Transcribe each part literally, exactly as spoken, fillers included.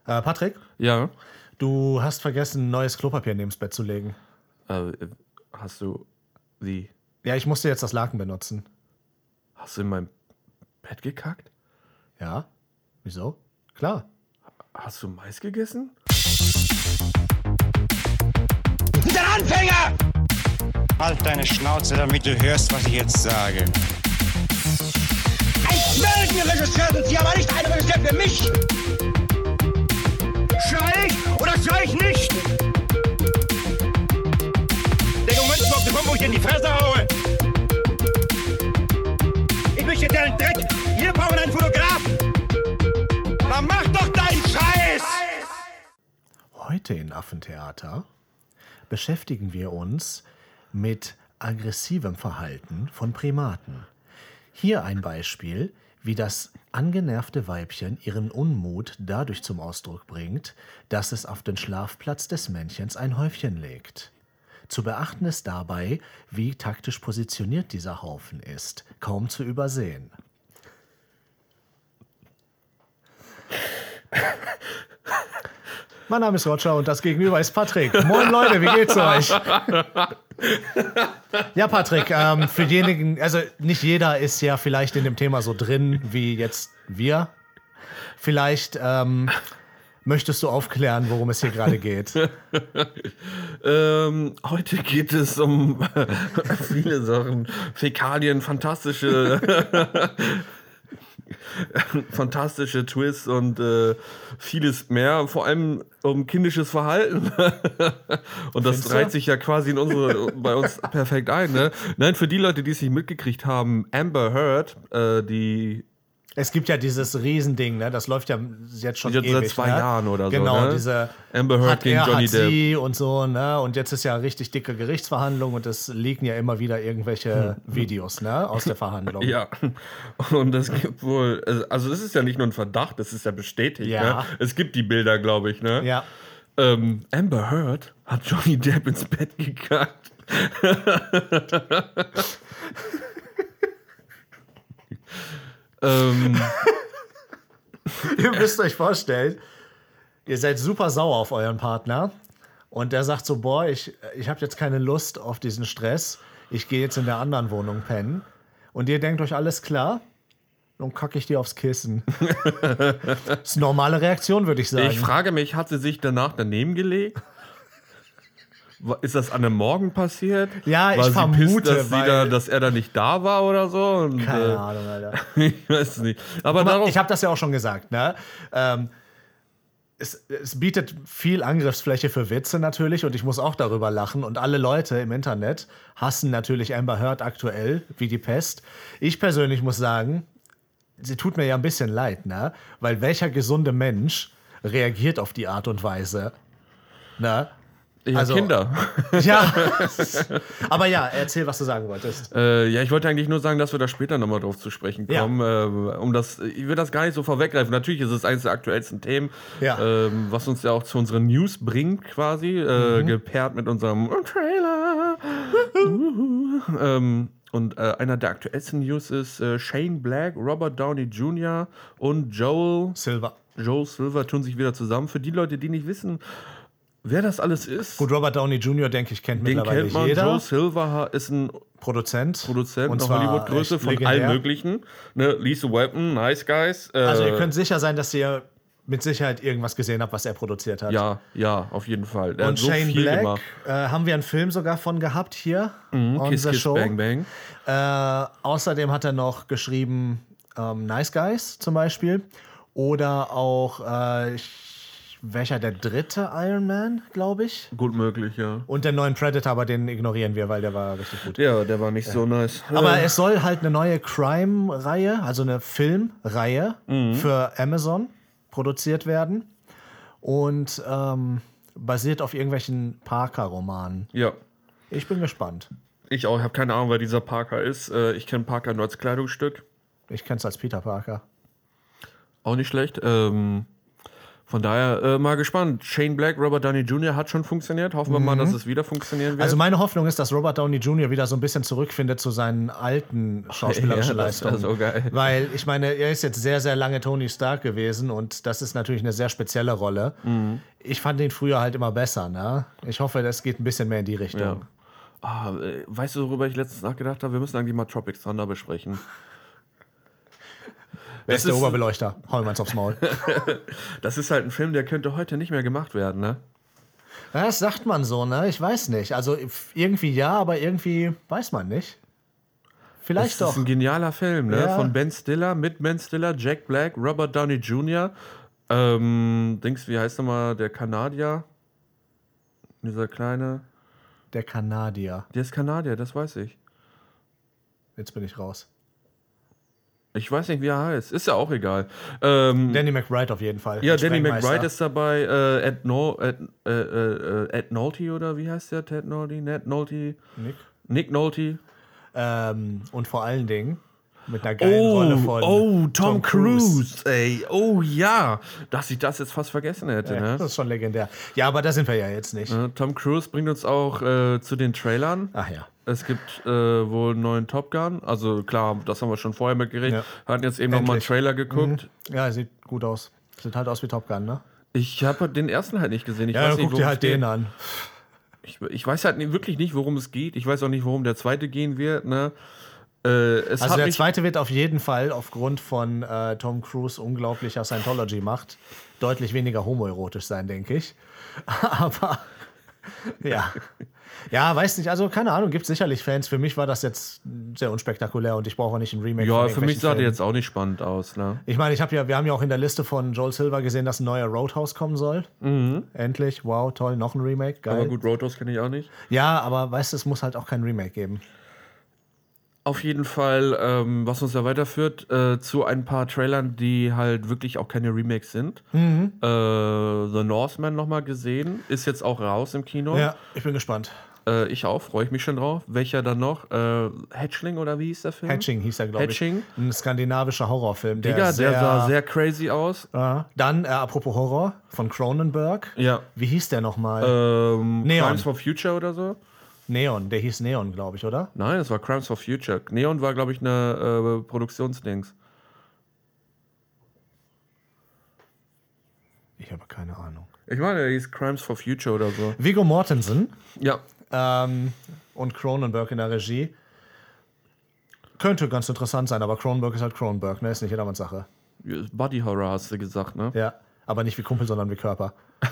Äh, Patrick? Ja? Du hast vergessen, neues Klopapier neben das Bett zu legen. Äh, hast du... Wie? Ja, ich musste jetzt das Laken benutzen. Hast du in mein Bett gekackt? Ja? Wieso? Klar. Hast du Mais gegessen? Der Anfänger! Halt deine Schnauze, damit du hörst, was ich jetzt sage. Ein Schmelzenregisseur sind Sie, aber nicht ein Regisseur für mich! Schrei ich oder schrei ich nicht? Deckung Münzen auf den Punkt, wo ich dir in die Fresse haue! Ich möchte dir einen Dreck! Wir brauchen einen Fotografen! Na mach doch deinen Scheiß! Heute in Affentheater beschäftigen wir uns mit aggressivem Verhalten von Primaten. Hier ein Beispiel, wie das angenervte Weibchen ihren Unmut dadurch zum Ausdruck bringt, dass es auf den Schlafplatz des Männchens ein Häufchen legt. Zu beachten ist dabei, wie taktisch positioniert dieser Haufen ist, kaum zu übersehen. Mein Name ist Roger und das Gegenüber ist Patrick. Moin Leute, wie geht's euch? Ja, Patrick, ähm, für diejenigen, also nicht jeder ist ja vielleicht in dem Thema so drin wie jetzt wir. Vielleicht ähm, möchtest du aufklären, worum es hier gerade geht. ähm, heute geht es um viele Sachen. Fäkalien, fantastische... fantastische Twists und äh, vieles mehr, vor allem um kindisches Verhalten. Und das Findest reiht du? sich ja quasi in unsere, bei uns perfekt ein. Ne? Nein, für die Leute, die es nicht mitgekriegt haben, Amber Heard, äh, die... Es gibt ja dieses Riesending, ne? Das läuft ja jetzt schon jetzt ewig. Seit zwei ne? Jahren oder genau, so. Genau, ne? diese Amber Heard hat gegen er, Johnny hat Depp. sie und so, ne? Und jetzt ist ja richtig dicke Gerichtsverhandlung und es liegen ja immer wieder irgendwelche hm. Videos, ne? Aus der Verhandlung. Ja, und es gibt wohl, also das ist ja nicht nur ein Verdacht, das ist ja bestätigt, ja. Ne? Es gibt die Bilder, glaube ich, ne? Ja. Ähm, Amber Heard hat Johnny Depp ins Bett gekackt. ähm... Ihr müsst euch vorstellen, ihr seid super sauer auf euren Partner und der sagt so, boah, ich, ich habe jetzt keine Lust auf diesen Stress, ich gehe jetzt in der anderen Wohnung pennen. Und ihr denkt euch, alles klar, dann kacke ich dir aufs Kissen. Das ist eine normale Reaktion, würde ich sagen. Ich frage mich, hat sie sich danach daneben gelegt? Ist das an einem Morgen passiert? Ja, ich war sie vermute, pisst, dass, weil sie da, dass er da nicht da war oder so? Und, keine äh, Ahnung, Alter. ich weiß es nicht. Aber, Aber darauf, ich habe das ja auch schon gesagt, ne? Ähm, es, es bietet viel Angriffsfläche für Witze natürlich und ich muss auch darüber lachen. Und alle Leute im Internet hassen natürlich Amber Heard aktuell wie die Pest. Ich persönlich muss sagen, sie tut mir ja ein bisschen leid, ne? Weil welcher gesunde Mensch reagiert auf die Art und Weise? Ne? ja, also, Kinder. Ja, aber ja, erzähl, was du sagen wolltest. Äh, ja, ich wollte eigentlich nur sagen, dass wir da später nochmal drauf zu sprechen kommen. Ja. Äh, um das, ich will das gar nicht so vorweggreifen. Natürlich ist es eines der aktuellsten Themen, ja. ähm, was uns ja auch zu unseren News bringt, quasi, äh, mhm. gepaart mit unserem Trailer. ähm, und äh, einer der aktuellsten News ist äh, Shane Black, Robert Downey Junior und Joel Silver. Joel Silver tun sich wieder zusammen. Für die Leute, die nicht wissen, wer das alles ist. Gut, Robert Downey Junior, denke ich, kennt Den mittlerweile kennt man. jeder. Joel Silver ist ein Produzent. Produzent, und eine zwar Hollywood-Größe von legendär. allen möglichen. Ne? Lethal Weapon, Nice Guys. Äh, Also ihr könnt sicher sein, dass ihr mit Sicherheit irgendwas gesehen habt, was er produziert hat. Ja, ja, auf jeden Fall. Der und hat so Shane viel Black gemacht. äh, haben wir einen Film sogar von gehabt hier Mhm, on Kiss, the Kiss, Show. Bang, Bang. Äh, außerdem hat er noch geschrieben ähm, Nice Guys zum Beispiel. Oder auch, äh, ich, welcher der dritte Iron Man, glaube ich. Gut möglich, ja. Und den neuen Predator, aber den ignorieren wir, weil der war richtig gut. Ja, der war nicht ja. so nice. Aber äh. es soll halt eine neue Crime-Reihe, also eine Filmreihe mhm. für Amazon produziert werden. Und ähm, basiert auf irgendwelchen Parker-Romanen. Ja. Ich bin gespannt. Ich auch, ich habe keine Ahnung, wer dieser Parker ist. Ich kenne Parker nur als Kleidungsstück. Ich kenne es als Peter Parker. Auch nicht schlecht. Ähm, Von daher äh, mal gespannt. Shane Black, Robert Downey Junior hat schon funktioniert. Hoffen wir mhm. mal, dass es wieder funktionieren wird. Also meine Hoffnung ist, dass Robert Downey Junior wieder so ein bisschen zurückfindet zu seinen alten schauspielerischen ja, das Leistungen. So geil. Weil ich meine, er ist jetzt sehr, sehr lange Tony Stark gewesen und das ist natürlich eine sehr spezielle Rolle. Mhm. Ich fand ihn früher halt immer besser. Ne? Ich hoffe, das geht ein bisschen mehr in die Richtung. Ja. Ah, weißt du, worüber ich letztens nachgedacht habe? Wir müssen eigentlich mal Tropic Thunder besprechen. Wer ist der Oberbeleuchter? Hau ihm eins aufs Maul. Das ist halt ein Film, der könnte heute nicht mehr gemacht werden, ne? Ja, das sagt man so, ne? Ich weiß nicht. Also irgendwie ja, aber irgendwie weiß man nicht. Vielleicht doch. Das ist ein genialer Film, ne? Ja. Von Ben Stiller, mit Ben Stiller, Jack Black, Robert Downey Junior Ähm, Dings, wie heißt nochmal der Kanadier? Dieser kleine... Der Kanadier. Der ist Kanadier, das weiß ich. Jetzt bin ich raus. Ich weiß nicht, wie er heißt. Ist ja auch egal. Ähm, Danny McBride auf jeden Fall. Ja, Danny McBride ist dabei. Äh, Ed, no, Ed, äh, äh, Ed Nolte oder wie heißt der? Ted Nolte? Ned Nolte? Nick. Nick Nolte. Ähm, und vor allen Dingen mit einer geilen oh, Rolle von Oh, Tom, Tom Cruise. Cruise. Ey, oh ja. Dass ich das jetzt fast vergessen hätte. Ja, ne? Das ist schon legendär. Ja, aber da sind wir ja jetzt nicht. Äh, Tom Cruise bringt uns auch äh, zu den Trailern. Ach ja. Es gibt äh, wohl einen neuen Top Gun. Also klar, das haben wir schon vorher mitgekriegt. Ja. Wir hatten jetzt eben nochmal einen Trailer geguckt. Mhm. Ja, sieht gut aus. Sieht halt aus wie Top Gun, ne? Ich habe den ersten halt nicht gesehen. Ich ja, weiß dann nicht, guck dir halt geht. den an. Ich, ich weiß halt nicht, wirklich nicht, worum es geht. Ich weiß auch nicht, worum der zweite gehen wird. Ne? Äh, es also hat der mich zweite wird auf jeden Fall aufgrund von äh, Tom Cruise unglaublicher Scientology-Macht deutlich weniger homoerotisch sein, denke ich. Aber ja. Ja, weiß nicht, also keine Ahnung, gibt es sicherlich Fans. Für mich war das jetzt sehr unspektakulär und ich brauche auch nicht ein Remake. Ja, für mich sah der jetzt auch nicht spannend aus. Ne? Ich meine, ich hab ja, wir haben ja auch in der Liste von Joel Silver gesehen, dass ein neuer Roadhouse kommen soll. Mhm. Endlich, wow, toll, noch ein Remake, geil. Aber gut, Roadhouse kenne ich auch nicht. Ja, aber weißt du, es muss halt auch kein Remake geben. Auf jeden Fall, ähm, was uns da weiterführt, äh, zu ein paar Trailern, die halt wirklich auch keine Remakes sind. Mhm. Äh, The Northman nochmal gesehen, ist jetzt auch raus im Kino. Ja, ich bin gespannt. Äh, ich auch, freue ich mich schon drauf. Welcher dann noch? Äh, Hatchling oder wie hieß der Film? Hatching hieß er, glaube ich. Hatching. Ein skandinavischer Horrorfilm. Der, Digga, sehr, der sah sehr crazy aus. Äh, dann, äh, apropos Horror, von Cronenberg. Ja. Wie hieß der nochmal? Ähm, Neon. Crimes for Future oder so? Neon, der hieß Neon, glaube ich, oder? Nein, das war Crimes for Future. Neon war, glaube ich, eine äh, Produktionsdings. Ich habe keine Ahnung. Ich meine, der hieß Crimes for Future oder so. Viggo Mortensen Ja. ähm, und Cronenberg in der Regie. Könnte ganz interessant sein, aber Cronenberg ist halt Cronenberg, ne? Ist nicht jedermanns Sache. Body Horror hast du gesagt, ne? Ja, aber nicht wie Kumpel, sondern wie Körper.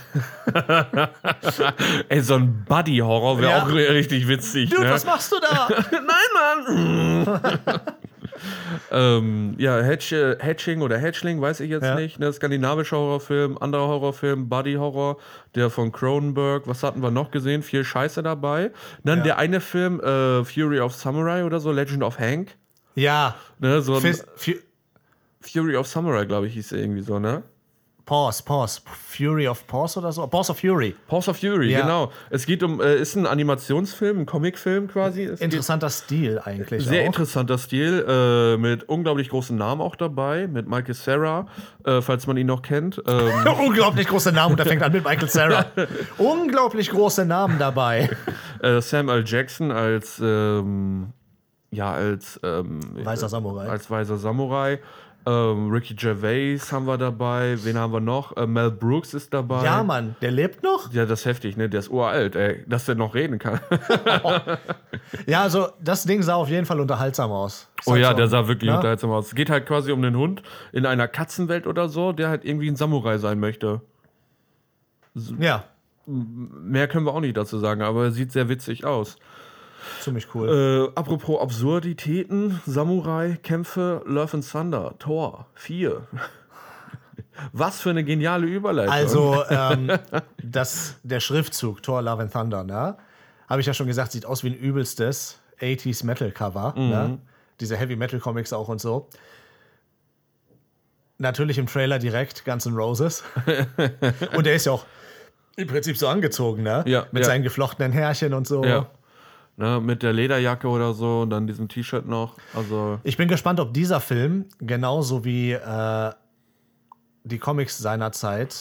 Ey, so ein Buddy Horror wäre Ja. auch richtig witzig. Dude, ne? was machst du da? Nein, Mann! ähm, ja, Hatch, äh, Hatching oder Hatchling, weiß ich jetzt Ja. nicht. Ne? Skandinavischer Horrorfilm, anderer Horrorfilm, Buddy Horror, der von Cronenberg. Was hatten wir noch gesehen? Viel Scheiße dabei. Dann Ja. der eine Film, äh, Fury of Samurai oder so, Legend of Hank. Ja. Ne? So ein Fist, Fu- Fury of Samurai, glaube ich, hieß der irgendwie so, ne? Pause, Pause. Fury of Pause oder so? Pause of Fury. Pause of Fury, Ja. genau. Es geht um, äh, ist ein Animationsfilm, ein Comicfilm quasi. Es geht- Interessanter Stil eigentlich. Sehr auch. interessanter Stil, äh, mit unglaublich großen Namen auch dabei, mit Michael Cera, äh, falls man ihn noch kennt. Ähm, Unglaublich große Namen und der fängt an mit Michael Cera. Unglaublich große Namen dabei. äh, Sam L. Jackson als, ähm, ja, als, ähm, Weißer Samurai. als weißer Samurai. Ähm, Ricky Gervais haben wir dabei. Wen haben wir noch? Äh, Mel Brooks ist dabei. Ja, Mann, der lebt noch? Ja, das ist heftig, ne? Der ist uralt, ey. Dass der noch reden kann. Ja, also das Ding sah auf jeden Fall unterhaltsam aus. Ist Oh halt ja, so, der sah wirklich ne? unterhaltsam aus. Es geht halt quasi um einen Hund in einer Katzenwelt oder so, der halt irgendwie ein Samurai sein möchte. Ja, Mehr können wir auch nicht dazu sagen, aber er sieht sehr witzig aus. ziemlich cool. Äh, apropos Absurditäten, Samurai, Kämpfe, Love and Thunder, Tor, vier. Was für eine geniale Überleitung. Also, ähm, das, der Schriftzug Thor, Love and Thunder, ne? Habe ich ja schon gesagt, sieht aus wie ein übelstes achtziger Metal-Cover. Mhm. Ne? Diese Heavy-Metal-Comics auch und so. Natürlich im Trailer direkt Guns N' Roses. Und er ist ja auch im Prinzip so angezogen, ne? Ja, Mit ja. seinen geflochtenen Härchen und so. Ja. Ne, mit der Lederjacke oder so und dann diesem T-Shirt noch. Also Ich bin gespannt, ob dieser Film genauso wie äh, die Comics seiner Zeit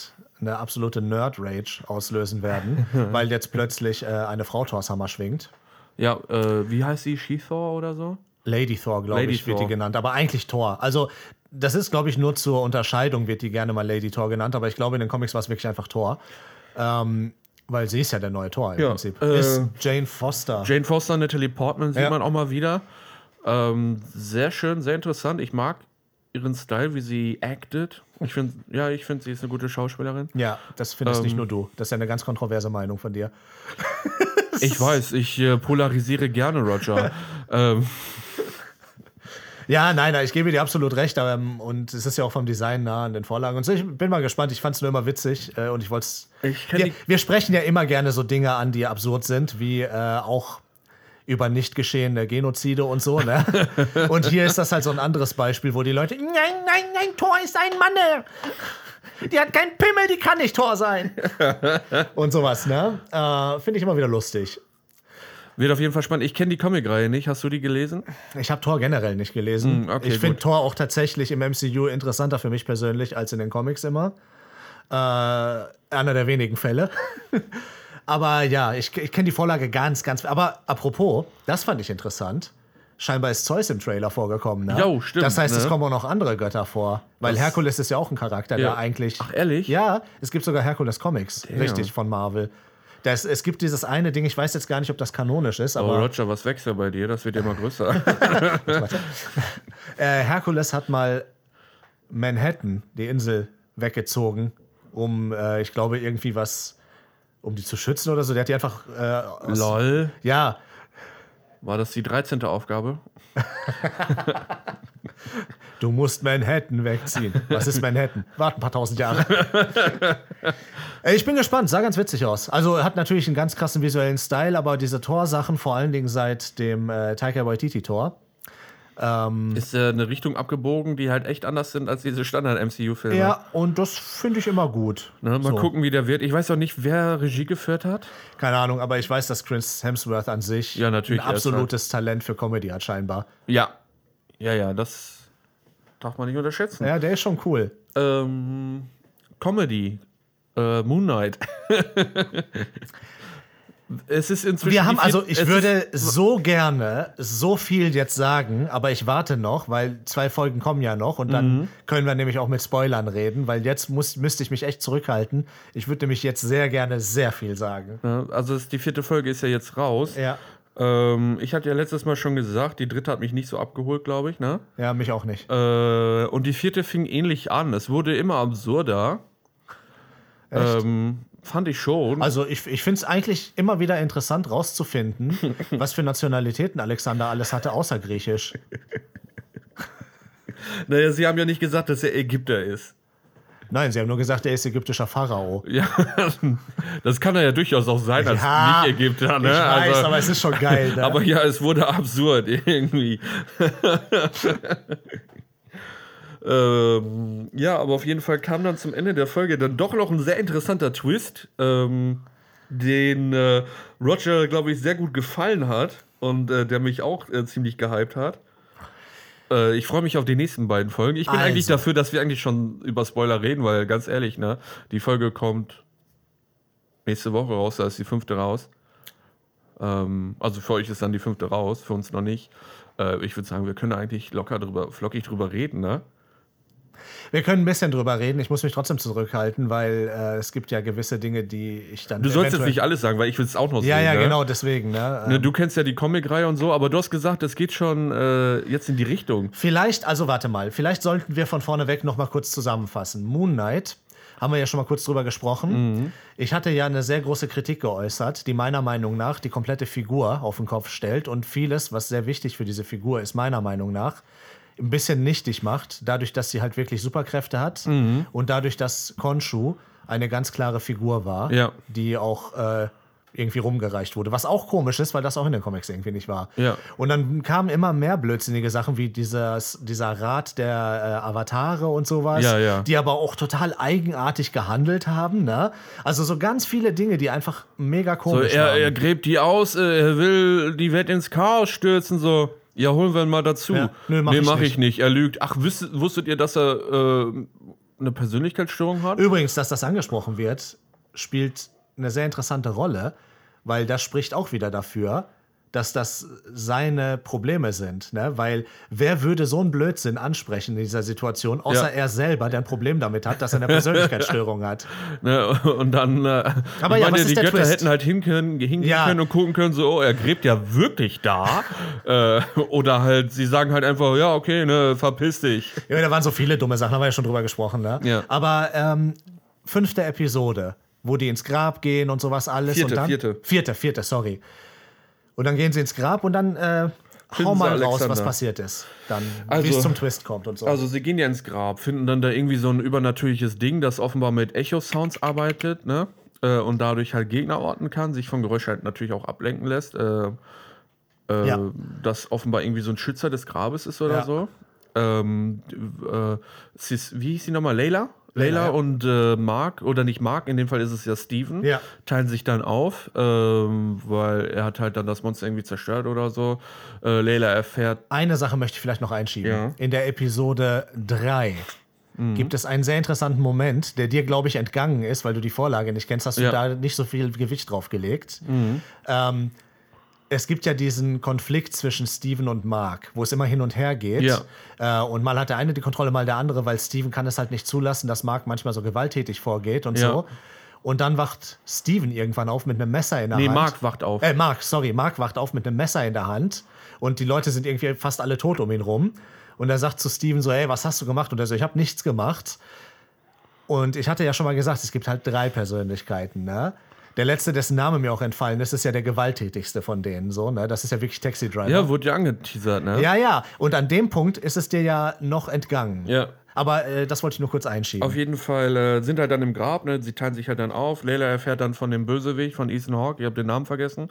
eine absolute Nerd-Rage auslösen werden, weil jetzt plötzlich äh, eine Frau Thors Hammer schwingt. Ja, äh, wie heißt sie? She-Thor oder so? Lady Thor, glaube ich, Thor. wird die genannt, aber eigentlich Thor. Also das ist, glaube ich, nur zur Unterscheidung wird die gerne mal Lady Thor genannt, aber ich glaube, in den Comics war es wirklich einfach Thor. Ähm, weil sie ist ja der neue Thor im Ja, Prinzip. äh, ist Jane Foster. Jane Foster, Natalie Portman sieht Ja. man auch mal wieder. Ähm, sehr schön, sehr interessant. Ich mag ihren Style, wie sie acted. Ich finde, ja, ich finde, sie ist eine gute Schauspielerin. Ja, das findest Ähm, nicht nur du. Das ist ja eine ganz kontroverse Meinung von dir. Ich weiß, ich äh, polarisiere gerne Roger. ähm, Ja, nein, nein, ich gebe dir absolut recht. Ähm, und es ist ja auch vom Design nah an den Vorlagen. Und so, ich bin mal gespannt. Ich fand es nur immer witzig. Äh, und ich wollte es. Ich kenn Wir, die- wir sprechen ja immer gerne so Dinge an, die absurd sind, wie äh, auch über nicht geschehene Genozide und so. Ne? Und hier ist das halt so ein anderes Beispiel, wo die Leute. Nein, nein, nein, Thor ist ein Mann. Die hat keinen Pimmel, die kann nicht Thor sein. Und sowas, ne? Äh, Finde ich immer wieder lustig. wird auf jeden Fall spannend. Ich kenne die Comicreihe nicht. Hast du die gelesen? Ich habe Thor generell nicht gelesen. Hm, okay, ich finde gut. Thor auch tatsächlich im M C U interessanter für mich persönlich als in den Comics immer. Äh, einer der wenigen Fälle. Aber ja, ich, ich kenne die Vorlage ganz, ganz. Aber apropos, das fand ich interessant. Scheinbar ist Zeus im Trailer vorgekommen, ne? Jo, stimmt, Das heißt, es ne? kommen auch noch andere Götter vor. Weil Das- Herkules ist ja auch ein Charakter, Ja. der eigentlich. Ach, ehrlich? Ja, es gibt sogar Herkules-Comics, Damn. richtig, von Marvel. Das, es gibt dieses eine Ding, ich weiß jetzt gar nicht, ob das kanonisch ist, Oh, aber Roger, was wächst da bei dir? Das wird immer größer. äh, Herkules hat mal Manhattan, die Insel, weggezogen, um, äh, ich glaube, irgendwie was, um die zu schützen oder so. Der hat die einfach. Äh, aus, Lol. Ja, War das die dreizehnte Aufgabe? du musst Manhattan wegziehen. Was ist Manhattan? Wart ein paar tausend Jahre. Ey, ich bin gespannt, sah ganz witzig aus. Also hat natürlich einen ganz krassen visuellen Style, aber diese Tor-Sachen, vor allen Dingen seit dem äh, Taika Waititi-Tor. Ist äh, eine Richtung abgebogen, die halt echt anders sind als diese Standard-M C U-Filme. Ja, und das finde ich immer gut. Ne, mal So. gucken, wie der wird. Ich weiß auch nicht, wer Regie geführt hat. Keine Ahnung, aber ich weiß, dass Chris Hemsworth an sich Ja, natürlich, ein er ist absolutes Talent für Comedy hat scheinbar. Ja. Ja, ja, das darf man nicht unterschätzen. Ja, der ist schon cool. Ähm, Comedy. Äh, Moon Knight. Es ist inzwischen. Wir haben, die vier- also ich es würde ist- so gerne so viel jetzt sagen, aber ich warte noch, weil zwei Folgen kommen ja noch und dann Mhm. können wir nämlich auch mit Spoilern reden, weil jetzt muss, müsste ich mich echt zurückhalten. Ich würde nämlich jetzt sehr gerne sehr viel sagen. Ja, also es, die vierte Folge ist ja jetzt raus. Ja, Ähm, ich hatte ja letztes Mal schon gesagt, die dritte hat mich nicht so abgeholt, glaube ich, ne? ja, mich auch nicht. Äh, und die vierte fing ähnlich an. Es wurde immer absurder. Echt? Ähm, fand ich schon. Also ich, ich finde es eigentlich immer wieder interessant rauszufinden, was für Nationalitäten Alexander alles hatte, außer Griechisch. Naja, sie haben ja nicht gesagt, dass er Ägypter ist. Nein, sie haben nur gesagt, er ist ägyptischer Pharao. Ja, das kann er ja durchaus auch sein als Ja, Nicht-Ägypter, ne? Ich weiß, also, aber es ist schon geil. Ne? aber ja, es wurde absurd irgendwie. ähm, ja, aber auf jeden Fall kam dann zum Ende der Folge dann doch noch ein sehr interessanter Twist, ähm, den äh, Roger, glaube ich, sehr gut gefallen hat und äh, der mich auch äh, ziemlich gehypt hat. Äh, ich freue mich auf die nächsten beiden Folgen. Ich bin Also. eigentlich dafür, dass wir eigentlich schon über Spoiler reden, weil ganz ehrlich, ne, die Folge kommt nächste Woche raus, da ist die fünfte raus. Ähm, also für euch ist dann die fünfte raus, für uns noch nicht. Äh, ich würde sagen, wir können eigentlich locker drüber, flockig drüber reden, ne? Wir können ein bisschen drüber reden. Ich muss mich trotzdem zurückhalten, weil äh, es gibt ja gewisse Dinge, die ich dann. Du sollst jetzt eventuell- nicht alles sagen, weil ich will es auch noch Ja, sehen. ja, ne? genau, deswegen. Ne? Ne, Ähm, du kennst ja die Comicreihe und so, aber du hast gesagt, es geht schon äh, jetzt in die Richtung. Vielleicht, also warte mal, vielleicht sollten wir von vorne weg noch mal kurz zusammenfassen. Moon Knight, haben wir ja schon mal kurz drüber gesprochen. Mhm. Ich hatte ja eine sehr große Kritik geäußert, die meiner Meinung nach die komplette Figur auf den Kopf stellt und vieles, was sehr wichtig für diese Figur ist, meiner Meinung nach, ein bisschen nichtig macht, dadurch, dass sie halt wirklich Superkräfte hat Mhm. und dadurch, dass Khonshu eine ganz klare Figur war, Ja. die auch äh, irgendwie rumgereicht wurde. Was auch komisch ist, weil das auch in den Comics irgendwie nicht war. Ja. Und dann kamen immer mehr blödsinnige Sachen wie dieses, dieser Rat der äh, Avatare und sowas, Ja, ja. die aber auch total eigenartig gehandelt haben. Ne? Also so ganz viele Dinge, die einfach mega So, komisch er, waren. er gräbt die aus, äh, er will die Welt ins Chaos stürzen, so. Ja, holen wir ihn mal dazu. Ja. Nö, mach nee, ich mach nicht. ich nicht. Er lügt. Ach, wisst, wusstet ihr, dass er äh, eine Persönlichkeitsstörung hat. Übrigens, dass das angesprochen wird, spielt eine sehr interessante Rolle, weil das spricht auch wieder dafür, dass das seine Probleme sind. Ne? Weil wer würde so einen Blödsinn ansprechen in dieser Situation, außer ja. er selber, der ein Problem damit hat, dass er eine Persönlichkeitsstörung hat. Ne, und dann, äh, Aber ich ja, meine, was die ist der Götter Twist? hätten halt hingehen, hingehen Ja. können und gucken können, so, oh, er gräbt ja wirklich da. äh, oder halt, sie sagen halt einfach, ja, okay, ne, verpiss dich. Ja, da waren so viele dumme Sachen, haben wir ja schon drüber gesprochen. Ne? Ja. Aber ähm, fünfte Episode, wo die ins Grab gehen und sowas alles. Vierte, und dann, vierte. Vierte, vierte, sorry. Und dann gehen sie ins Grab und dann äh, hau mal raus, was passiert ist. Dann, Also- wie es zum Twist kommt und so. Also sie gehen ja ins Grab, finden dann da irgendwie so ein übernatürliches Ding, das offenbar mit Echo-Sounds arbeitet, ne? Äh, und dadurch halt Gegner orten kann, sich von Geräusch halt natürlich auch ablenken lässt. Äh, äh, Ja. Das offenbar irgendwie so ein Schützer des Grabes ist oder Ja. so. Ähm, äh, sie ist, wie hieß sie nochmal? Layla? Layla ja. und äh, Mark, oder nicht Mark, in dem Fall ist es ja Steven, Ja. teilen sich dann auf, ähm, weil er hat halt dann das Monster irgendwie zerstört oder so. Äh, Layla erfährt, Eine Sache möchte ich vielleicht noch einschieben. Ja. In der Episode drei gibt es einen sehr interessanten Moment, der dir, glaube ich, entgangen ist, weil du die Vorlage nicht kennst, hast du Ja. da nicht so viel Gewicht drauf gelegt. Ähm, es gibt ja diesen Konflikt zwischen Steven und Mark, wo es immer hin und her geht. Ja. Äh, und mal hat der eine die Kontrolle, mal der andere, weil Steven kann es halt nicht zulassen, dass Mark manchmal so gewalttätig vorgeht und Ja. so. Und dann wacht Steven irgendwann auf mit einem Messer in der nee, Hand. Mark wacht auf. Äh, Mark, sorry, Mark wacht auf mit einem Messer in der Hand und die Leute sind irgendwie fast alle tot um ihn rum. Und er sagt zu Steven so, hey, was hast du gemacht? Und er so, ich habe nichts gemacht. Und ich hatte ja schon mal gesagt, es gibt halt drei Persönlichkeiten, ne? Der letzte, dessen Name mir auch entfallen ist, ist ja der gewalttätigste von denen, so, ne? Das ist ja wirklich Taxi Driver. Ja, wurde ja angeteasert, ne? ja, ja. Und an dem Punkt ist es dir ja noch entgangen. Ja. Aber äh, das wollte ich nur kurz einschieben. Auf jeden Fall äh, sind halt dann im Grab, ne? Sie teilen sich halt dann auf. Layla erfährt dann von dem Bösewicht, von Ethan Hawke, ich habe den Namen vergessen.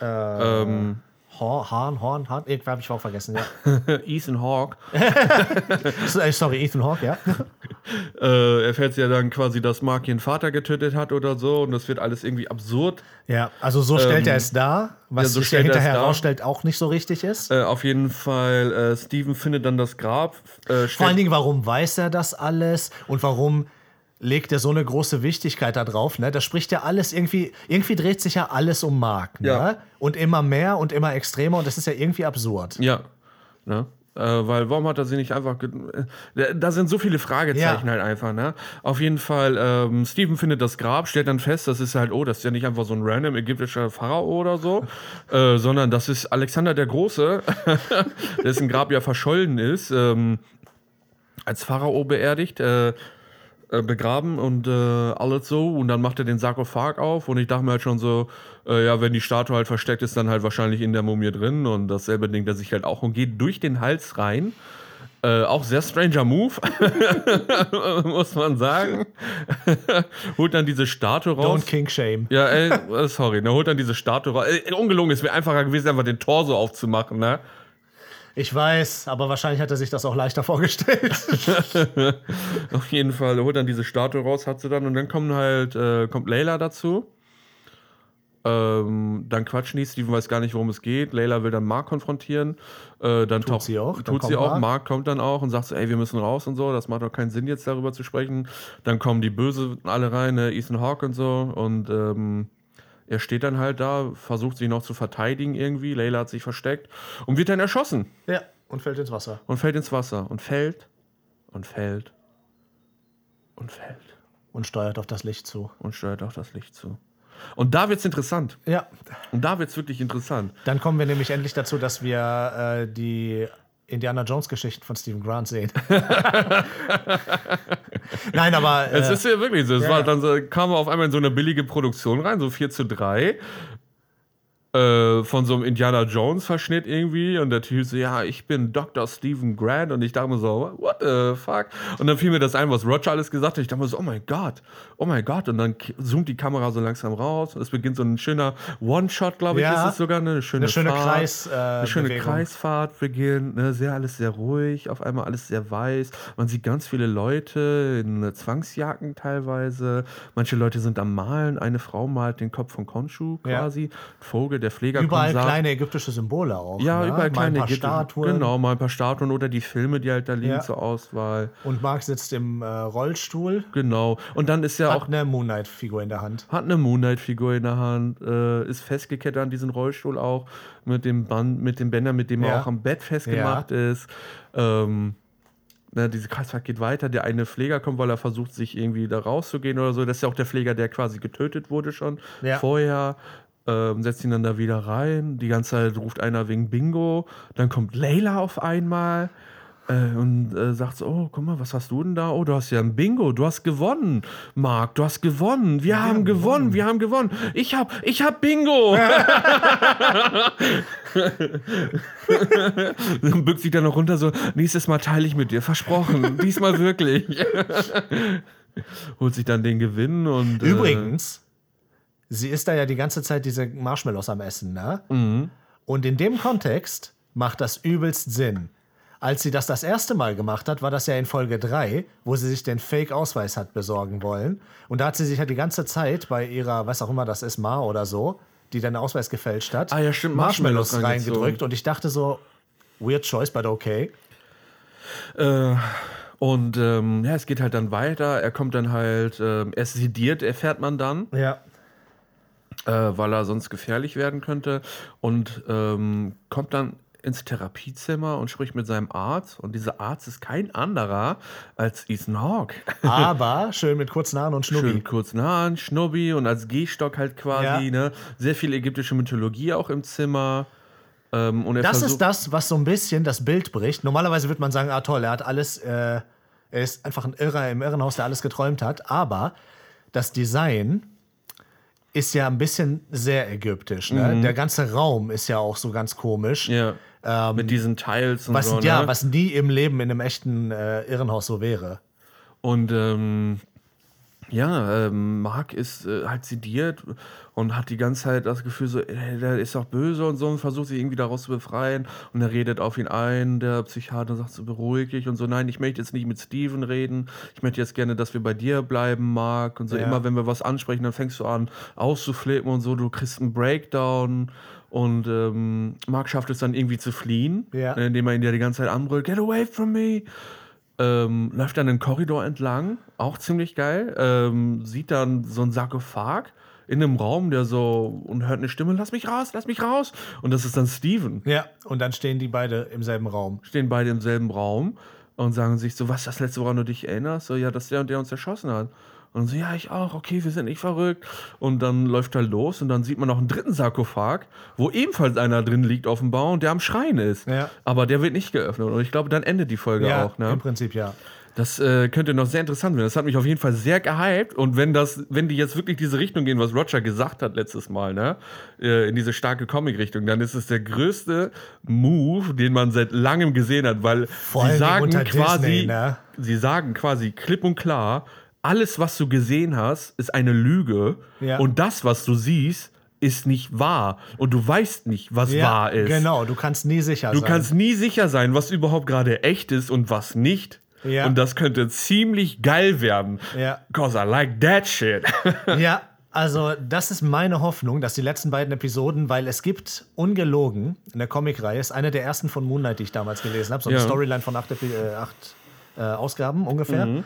Ähm, Horn, Horn, Horn, Horn, irgendwann habe ich auch vergessen, ja. Ethan Hawke. Äh, Sorry, Ethan Hawke, ja. Äh, erfährt sie ja dann quasi, dass Mark ihren Vater getötet hat oder so. Und das wird alles irgendwie absurd. Ja, also so stellt Ähm, er es dar, was ja, so sich ja stellt er es hinterher dar. herausstellt, auch nicht so richtig ist. Äh, auf jeden Fall, äh, Steven findet dann das Grab. Äh, Vor allen stellt- Dingen, warum weiß er das alles und warum legt er so eine große Wichtigkeit da drauf, ne? Das spricht ja alles irgendwie, irgendwie dreht sich ja alles um Mark, ne? Ja. Und immer mehr und immer extremer und das ist ja irgendwie absurd. Ja. Ne? Äh, weil warum hat er sie nicht einfach. Ge- äh, da sind so viele Fragezeichen Ja. halt einfach, ne? Auf jeden Fall, ähm, Steven findet das Grab, stellt dann fest, das ist halt, oh, das ist ja nicht einfach so ein random ägyptischer Pharao oder so, äh, sondern das ist Alexander der Große, dessen Grab ja verschollen ist, ähm, als Pharao beerdigt, äh, äh, begraben und äh, alles so. Und dann macht er den Sarkophag auf und ich dachte mir halt schon so, äh, ja, wenn die Statue halt versteckt ist, dann halt wahrscheinlich in der Mumie drin und dasselbe denkt er sich halt auch und geht durch den Hals rein. Äh, auch sehr stranger Move, muss man sagen. Holt dann diese Statue raus. Don't King Shame. Ja, ey, äh, sorry, ne, holt dann diese Statue raus. Äh, ungelungen, es wäre einfacher gewesen, einfach den Torso aufzumachen, ne? Ich weiß, aber wahrscheinlich hat er sich das auch leichter vorgestellt. Auf jeden Fall holt dann diese Statue raus, hat sie dann und dann kommen halt, äh, kommt Layla dazu. Ähm, dann quatschen die, Steven weiß gar nicht, worum es geht. Layla will dann Mark konfrontieren. Äh, dann taucht sie auch, dann Tut sie kommt auch. Mark. Mark kommt dann auch und sagt so, ey, wir müssen raus und so. Das macht doch keinen Sinn, jetzt darüber zu sprechen. Dann kommen die Böse alle rein, ne? Ethan Hawke und so. Und ähm, er steht dann halt da, versucht sich noch zu verteidigen irgendwie. Layla hat sich versteckt und wird dann erschossen. Ja, und fällt ins Wasser. Und fällt ins Wasser. Und fällt und fällt und fällt. Und steuert auf das Licht zu. Und steuert auch das Licht zu. Und da wird's interessant. Ja, Und da wird's wirklich interessant. dann kommen wir nämlich endlich dazu, dass wir äh, die Indiana Jones-Geschichten von Stephen Grant sehen. Nein, aber. Äh, Es ist ja wirklich so. Es ja, war, ja. dann so, kam er auf einmal in so eine billige Produktion rein, so vier zu drei. Äh, von so einem Indiana Jones-Verschnitt irgendwie. Und der Typ so, ja, ich bin Doktor Stephen Grant. Und ich dachte mir so, what the fuck? Und dann fiel mir das ein, was Roger alles gesagt hat. Ich dachte mir so, oh mein Gott, oh mein Gott. Und dann k- zoomt die Kamera so langsam raus. Und es beginnt so ein schöner One-Shot, glaube ich, Ja. ist es sogar. Ne? Eine schöne, Eine schöne Fahrt. Kreis, äh, Eine schöne Bewegung. Kreisfahrt beginnt. Ne? Sehr, alles sehr ruhig. Auf einmal alles sehr weiß. Man sieht ganz viele Leute in äh, Zwangsjacken teilweise. Manche Leute sind am Malen. Eine Frau malt den Kopf von Khonshu Ja. quasi. Ein Vogel, der Pfleger überall kommt, sagt, kleine ägyptische Symbole auch. Ja, ne? überall mal kleine ein paar Ägypten- Statuen. Genau, mal ein paar Statuen oder die Filme, die halt da liegen Ja. zur Auswahl. Und Mark sitzt im äh, Rollstuhl, Genau. Und dann ist ja hat auch eine Moon Knight-Figur in der Hand. Hat eine Moon Knight-Figur in der Hand, äh, ist festgekettet an diesen Rollstuhl auch, mit dem Band, mit dem Bänder, mit dem Ja. er auch am Bett festgemacht ist. Ähm, na, diese Kreisfahrt geht weiter, der eine Pfleger kommt, weil er versucht, sich irgendwie da rauszugehen oder so. Das ist ja auch der Pfleger, der quasi getötet wurde schon Ja. vorher. Ähm, setzt ihn dann da wieder rein. Die ganze Zeit ruft einer wegen Bingo. Dann kommt Layla auf einmal. Äh, und äh, sagt so, oh, guck mal, was hast du denn da? Oh, du hast ja ein Bingo, du hast gewonnen, Marc, du hast gewonnen, wir haben gewonnen, wir haben gewonnen. Ich hab, ich hab Bingo. Dann bückt sich dann noch runter so, nächstes Mal teile ich mit dir, versprochen, diesmal wirklich. Holt sich dann den Gewinn und... Übrigens, sie ist da ja die ganze Zeit diese Marshmallows am Essen, ne? Mhm. Und in dem Kontext macht das übelst Sinn. Als sie das das erste Mal gemacht hat, war das ja in Folge drei, wo sie sich den Fake-Ausweis hat besorgen wollen. Und da hat sie sich ja die ganze Zeit bei ihrer, was auch immer das ist, Ma oder so, die den Ausweis gefälscht hat, Ah ja, stimmt, Marshmallows Marshmallows reingedrückt. reingezogen. Und ich dachte so, weird choice, but okay. Äh, und ähm, ja, es geht halt dann weiter. Er kommt dann halt, ähm, er ist sediert, erfährt man dann. Ja. äh, weil er sonst gefährlich werden könnte. Und ähm, kommt dann ins Therapiezimmer und spricht mit seinem Arzt. Und dieser Arzt ist kein anderer als Ethan Hawke. Aber schön mit kurzen Haaren und Schnubbi. Schön kurzen Haaren, Schnubbi und als Gehstock halt quasi. Ja. Ne? Sehr viel ägyptische Mythologie auch im Zimmer. Ähm, und er Das versucht- ist das, was so ein bisschen das Bild bricht. Normalerweise würde man sagen, ah toll, er hat alles, äh, er ist einfach ein Irrer im Irrenhaus, der alles geträumt hat. Aber das Design ist ja ein bisschen sehr ägyptisch. Ne? Der ganze Raum ist ja auch so ganz komisch. Ja. mit diesen Tiles und Was, so. ja, ne? was nie im Leben in einem echten äh, Irrenhaus so wäre. Und ähm, ja, ähm, Mark ist äh, halt sediert und hat die ganze Zeit das Gefühl, so, ey, der ist doch böse und so und versucht sich irgendwie daraus zu befreien. Und er redet auf ihn ein, der Psychiater sagt so, beruhig dich und so, nein, ich möchte jetzt nicht mit Steven reden, ich möchte jetzt gerne, dass wir bei dir bleiben, Mark. Und so, Ja. immer wenn wir was ansprechen, dann fängst du an auszuflippen und so, du kriegst einen Breakdown. Und ähm, Mark schafft es dann irgendwie zu fliehen, Ja. indem er ihn ja die ganze Zeit anbrüllt, get away from me. Ähm, läuft dann einen Korridor entlang, auch ziemlich geil. Ähm, sieht dann so einen Sarkophag in einem Raum, der so und hört eine Stimme, lass mich raus, lass mich raus. Und das ist dann Steven. Ja, und dann stehen die beide im selben Raum. Stehen beide im selben Raum und sagen sich so, was ist das letzte, woran du dich erinnerst? So, ja, dass der und der uns erschossen hat. Und so, ja, ich auch, okay, wir sind nicht verrückt. Und dann läuft er los und dann sieht man noch einen dritten Sarkophag, wo ebenfalls einer drin liegt auf dem Bau und der am Schreien ist. Ja. Aber der wird nicht geöffnet. Und ich glaube, dann endet die Folge Ja, auch. Ne? im Prinzip ja. Das äh, könnte noch sehr interessant werden. Das hat mich auf jeden Fall sehr gehypt. Und wenn das, wenn die jetzt wirklich diese Richtung gehen, was Roger gesagt hat letztes Mal, ne, äh, in diese starke Comic-Richtung, dann ist es der größte Move, den man seit langem gesehen hat, weil Vor sie allen Dingen sagen unter quasi, Disney, ne? sie sagen quasi klipp und klar, alles, was du gesehen hast, ist eine Lüge. Ja. Und das, was du siehst, ist nicht wahr. Und du weißt nicht, was Ja, wahr ist. genau, du kannst nie sicher Du sein. kannst nie sicher sein, was überhaupt gerade echt ist und was nicht. Ja. Und das könnte ziemlich geil werden. Ja. Cause I like that shit. Ja, also das ist meine Hoffnung, dass die letzten beiden Episoden, weil es gibt ungelogen in der Comicreihe, ist eine der ersten von Moon Knight, die ich damals gelesen habe, so eine Ja. Storyline von acht, Epi- äh, acht äh, Ausgaben ungefähr, Mhm.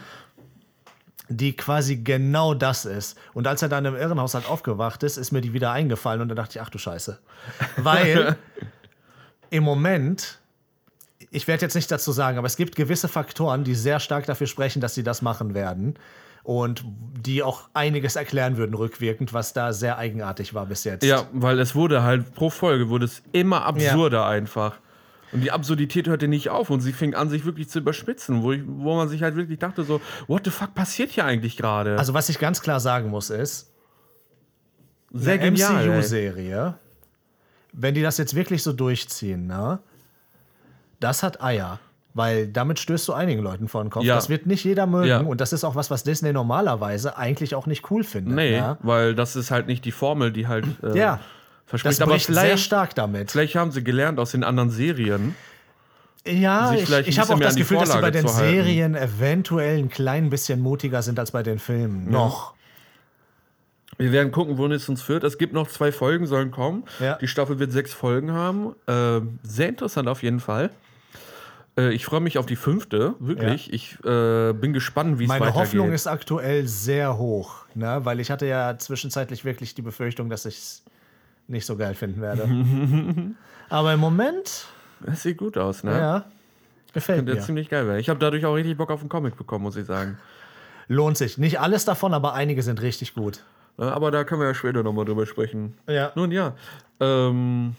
die quasi genau das ist. Und als er dann im Irrenhaus halt aufgewacht ist, ist mir die wieder eingefallen und dann dachte ich, ach du Scheiße. Weil im Moment, ich werde jetzt nicht dazu sagen, aber es gibt gewisse Faktoren, die sehr stark dafür sprechen, dass sie das machen werden. Und die auch einiges erklären würden rückwirkend, was da sehr eigenartig war bis jetzt. Ja, weil es wurde halt, pro Folge wurde es immer absurder einfach. Und die Absurdität hörte nicht auf und sie fing an, sich wirklich zu überspitzen, wo, ich, wo man sich halt wirklich dachte so, what the fuck passiert hier eigentlich gerade? Also was ich ganz klar sagen muss ist, sehr eine genial, M C ey. U-Serie, wenn die das jetzt wirklich so durchziehen, ne, das hat Eier. Weil damit stößt du einigen Leuten vor den Kopf. Ja. Das wird nicht jeder mögen. Ja. Und das ist auch was, was Disney normalerweise eigentlich auch nicht cool findet. Nee, Ne? weil das ist halt nicht die Formel, die halt äh, Ja, verspricht. das Aber bricht sehr vielleicht, stark damit. vielleicht haben sie gelernt aus den anderen Serien. Ja, sich ich, vielleicht ein ich habe bisschen auch mehr das an die Gefühl, dass sie bei Vorlage den zu halten. Serien eventuell ein klein bisschen mutiger sind als bei den Filmen. Noch. Wir werden gucken, wohin es uns führt. Es gibt noch zwei Folgen, sollen kommen. Ja. Die Staffel wird sechs Folgen haben. Äh, sehr interessant auf jeden Fall. Äh, ich freue mich auf die fünfte, wirklich. Ja. Ich äh, bin gespannt, wie es weitergeht. Meine Hoffnung ist aktuell sehr hoch, ne? Weil ich hatte ja zwischenzeitlich wirklich die Befürchtung, dass ich es nicht so geil finden werde. Aber im Moment... Es sieht gut aus, ne? Ja, gefällt Könnte mir. ziemlich geil werden. Ich habe dadurch auch richtig Bock auf einen Comic bekommen, muss ich sagen. Lohnt sich. Nicht alles davon, aber einige sind richtig gut. Aber da können wir ja später nochmal drüber sprechen. Ja. Nun ja. Ähm,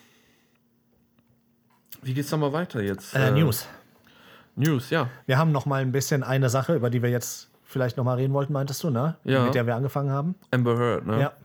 wie geht's nochmal weiter jetzt? Äh, News. News, ja. Wir haben noch mal ein bisschen eine Sache, über die wir jetzt vielleicht noch mal reden wollten, meintest du, ne? Ja. Mit der wir angefangen haben. Amber Heard, ne? Ja.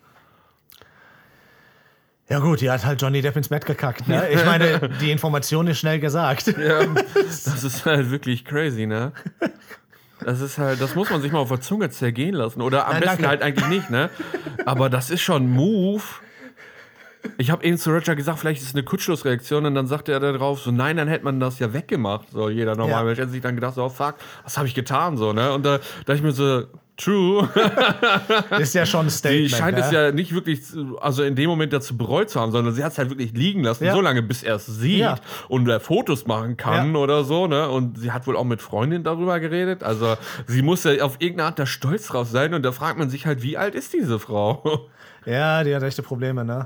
Ja gut, die hat halt Johnny Depp ins Bett gekackt, ne? Ich meine, die Information ist schnell gesagt. Ja, das ist halt wirklich crazy, ne? Das ist halt, das muss man sich mal auf der Zunge zergehen lassen. Oder am Nein, besten danke. halt eigentlich nicht, ne? Aber das ist schon ein Move. Ich habe eben zu Roger gesagt, vielleicht ist es eine Kurzschlussreaktion und dann sagte er da drauf, so nein, dann hätte man das ja weggemacht. So jeder normale Ja. Mensch hätte sich dann gedacht, so oh, fuck, was habe ich getan, so, ne? Und da dachte ich mir so, true. Ist ja schon ein Statement. Sie scheint ne? es ja nicht wirklich, zu- also in dem Moment dazu bereut zu haben, sondern sie hat es halt wirklich liegen lassen, Ja. so lange, bis er es sieht Ja. und er Fotos machen kann Ja. oder oder so, ne? Und sie hat wohl auch mit Freundinnen darüber geredet. Also sie muss ja auf irgendeine Art da stolz drauf sein und da fragt man sich halt, wie alt ist diese Frau? Ja, die hat echte Probleme, ne?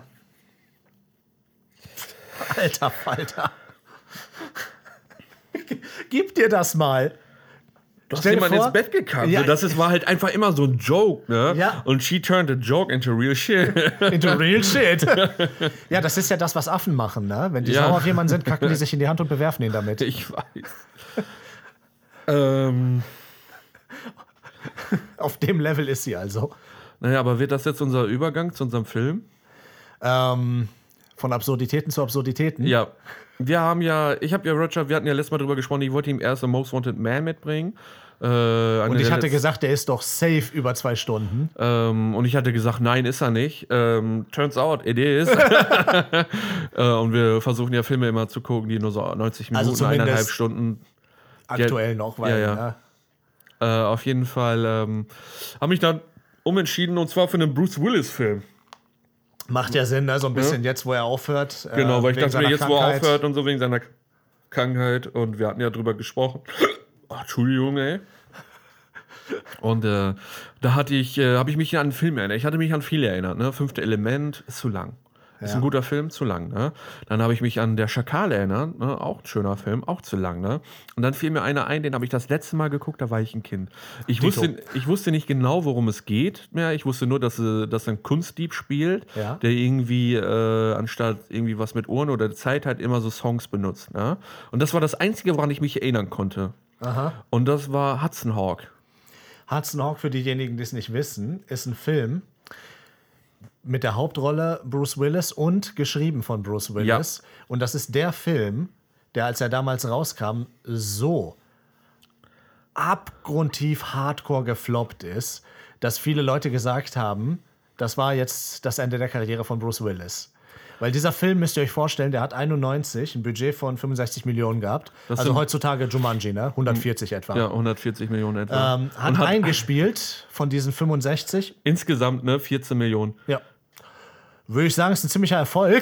Alter Falter. Gib dir das mal. Du hast Stell dir jemand vor- ins Bett gekackt. Ja. So, das ist, war halt einfach immer so ein Joke, ne? Ja. Und she turned a joke into real shit. Into real shit. Ja, das ist ja das, was Affen machen, ne? Wenn die Ja. sauer auf jemanden sind, kacken die sich in die Hand und bewerfen ihn damit. Ich weiß. ähm, Auf dem Level ist sie also. naja, aber wird das jetzt unser Übergang zu unserem Film? Ähm, von Absurditäten zu Absurditäten. Ja. Wir haben ja, ich habe ja Roger, wir hatten ja letztes Mal drüber gesprochen, ich wollte ihm erst The Most Wanted Man mitbringen. Äh, eine Und ich der hatte letz- gesagt, der ist doch safe über zwei Stunden. Ähm, und ich hatte gesagt, nein, ist er nicht. Ähm, turns out, it is. äh, und wir versuchen ja Filme immer zu gucken, die nur so neunzig Minuten, Also zumindest eineinhalb Stunden. Aktuell noch, weil, ja, ja. Ne? Äh, auf jeden Fall ähm, habe mich dann umentschieden und zwar für einen Bruce Willis-Film. Macht ja Sinn, ne? So ein bisschen jetzt, wo er aufhört. äh, Genau, weil ich wegen dachte mir, seiner jetzt wo er Krankheit. aufhört und so wegen seiner Krankheit und wir hatten ja drüber gesprochen. Oh, Entschuldigung, ey. Und äh, da hatte ich, äh, habe ich mich an einen Film erinnert. Ich hatte mich an viele erinnert. Ne? Fünfte Element ist zu lang. Ist Ja. ein guter Film, zu lang. Ne? Dann habe ich mich an Der Schakal erinnert. Ne? Auch ein schöner Film, auch zu lang. Ne? Und dann fiel mir einer ein, den habe ich das letzte Mal geguckt, da war ich ein Kind. Ich Dito. wusste, ich wusste nicht genau, worum es geht mehr. Ich wusste nur, dass, äh, dass ein Kunstdieb spielt, Ja. der irgendwie äh, anstatt irgendwie was mit Ohren oder Zeit halt immer so Songs benutzt. Ne? Und das war das Einzige, woran ich mich erinnern konnte. Aha. Und das war Hudson Hawk. Hudson Hawk, für diejenigen, die es nicht wissen, ist ein Film mit der Hauptrolle Bruce Willis und geschrieben von Bruce Willis. Und das ist der Film, der, als er damals rauskam, so abgrundtief hardcore gefloppt ist, dass viele Leute gesagt haben, das war jetzt das Ende der Karriere von Bruce Willis. Weil dieser Film, müsst ihr euch vorstellen, der hat einundneunzig ein Budget von fünfundsechzig Millionen gehabt. Das Also sind- heutzutage Jumanji, ne? hundertvierzig etwa. Ja, hundertvierzig Millionen etwa. Ähm, hat, Und hat eingespielt von diesen fünfundsechzig. insgesamt ne, vierzehn Millionen. Ja. Würde ich sagen, ist ein ziemlicher Erfolg.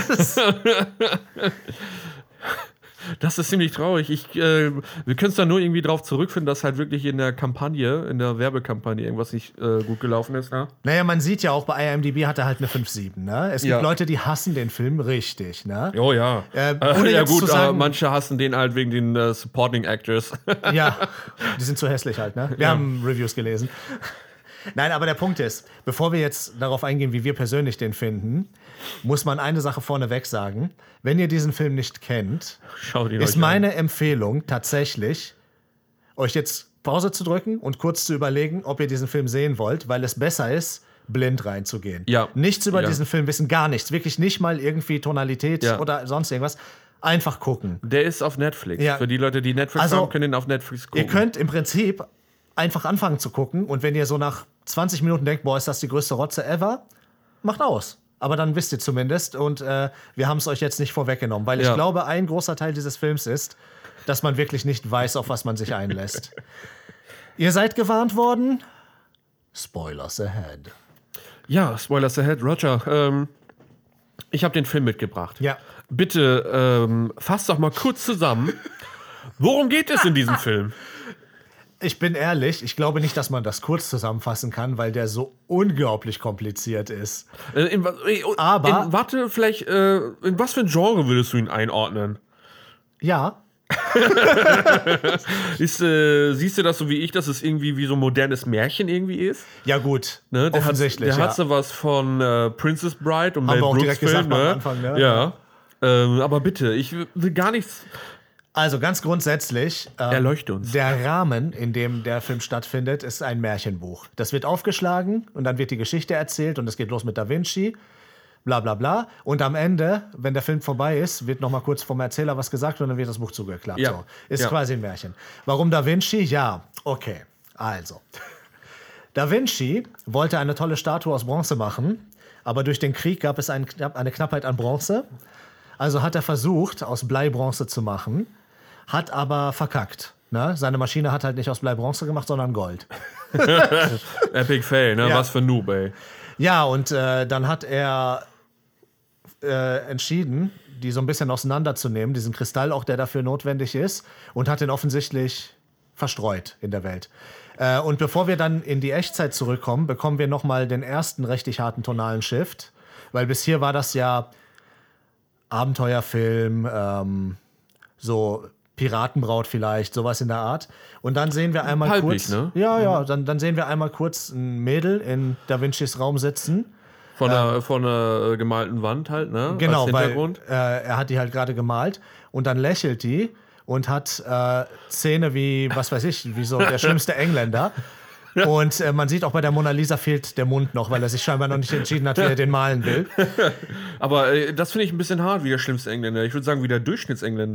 Das ist ziemlich traurig. Ich, äh, wir können es dann nur irgendwie drauf zurückfinden, dass halt wirklich in der Kampagne, in der Werbekampagne irgendwas nicht äh, gut gelaufen ist. Ne? Naja, man sieht ja auch, bei I M D B hat er halt eine fünf Komma sieben. Ne? Es gibt Ja. Leute, die hassen den Film richtig. Ne? Oh ja. Äh, Äh, ohne ja jetzt gut, zu sagen- äh, manche hassen den halt wegen den äh, Supporting Actors. Ja, die sind zu hässlich halt. Ne? Wir haben Reviews gelesen. Nein, aber der Punkt ist, bevor wir jetzt darauf eingehen, wie wir persönlich den finden, muss man eine Sache vorneweg sagen. Wenn ihr diesen Film nicht kennt, Schau den ist euch meine Empfehlung tatsächlich, euch jetzt Pause zu drücken und kurz zu überlegen, ob ihr diesen Film sehen wollt, weil es besser ist, blind reinzugehen. Ja. Nichts über Ja. diesen Film wissen, gar nichts. Wirklich nicht mal irgendwie Tonalität Ja. oder sonst irgendwas. Einfach gucken. an. Der ist auf Netflix. Ja. Für die Leute, die Netflix Also, haben, können den auf Netflix gucken. Ihr könnt im Prinzip einfach anfangen zu gucken und wenn ihr so nach zwanzig Minuten denkt, boah, ist das die größte Rotze ever, macht aus. Aber dann wisst ihr zumindest und äh, wir haben es euch jetzt nicht vorweggenommen, weil ich Ja. glaube, ein großer Teil dieses Films ist, dass man wirklich nicht weiß, auf was man sich einlässt. Ihr seid gewarnt worden. Spoilers ahead. Ja, Spoilers ahead. Roger, ähm, ich habe den Film mitgebracht. Ja. Bitte ähm, fass doch mal kurz zusammen. Worum geht es in diesem Film? Ich bin ehrlich, ich glaube nicht, dass man das kurz zusammenfassen kann, weil der so unglaublich kompliziert ist. Äh, in, in, Aber- in, warte, vielleicht, äh, in was für ein Genre würdest du ihn einordnen? Ja, Ist, äh, siehst du das so wie ich, dass es irgendwie wie so ein modernes Märchen irgendwie ist? ja gut, Ne? Der offensichtlich. Hat, der ja. hat so was von äh, Princess Bride und Haben Mel wir auch Brooks direkt Film, gesagt am ne? Anfang, ne? Ja. Ähm, aber bitte, ich will gar nichts. Also ganz grundsätzlich, ähm, Erleuchte uns. der Rahmen, in dem der Film stattfindet, ist ein Märchenbuch. Das wird aufgeschlagen und dann wird die Geschichte erzählt und es geht los mit Da Vinci, bla bla bla. Und am Ende, wenn der Film vorbei ist, wird noch mal kurz vom Erzähler was gesagt und dann wird das Buch zugeklappt. Ja. So. Ist Ja. quasi ein Märchen. Warum Da Vinci? Ja, okay. Also, Da Vinci wollte eine tolle Statue aus Bronze machen, aber durch den Krieg gab es ein, eine Knappheit an Bronze. Also hat er versucht, aus Blei Bronze zu machen, hat aber verkackt. Ne? Seine Maschine hat halt nicht aus Blei Bronze gemacht, sondern Gold. Epic Fail, ne? Ja. Was für ein Noob, ey. Ja, und äh, dann hat er äh, entschieden, die so ein bisschen auseinanderzunehmen, diesen Kristall auch, der dafür notwendig ist, und hat ihn offensichtlich verstreut in der Welt. Äh, und bevor wir dann in die Echtzeit zurückkommen, bekommen wir nochmal den ersten richtig harten tonalen Shift, weil bis hier war das ja Abenteuerfilm, ähm, so Piratenbraut vielleicht, sowas in der Art. Und dann sehen wir einmal Palpig, kurz, ne? ja, ja, dann, dann sehen wir einmal kurz ein Mädel in Da Vincis Raum sitzen. Von einer, von einer gemalten Wand halt, ne? Genau, Als weil Hintergrund. äh, er hat die halt gerade gemalt und dann lächelt die und hat äh, Zähne wie, was weiß ich, wie so der schlimmste Engländer. Und äh, man sieht auch bei der Mona Lisa fehlt der Mund noch, weil er sich scheinbar noch nicht entschieden hat, wie er den malen will. Aber äh, das finde ich ein bisschen hart, wie der schlimmste Engländer. Ich würde sagen, wie der Durchschnittsengländer.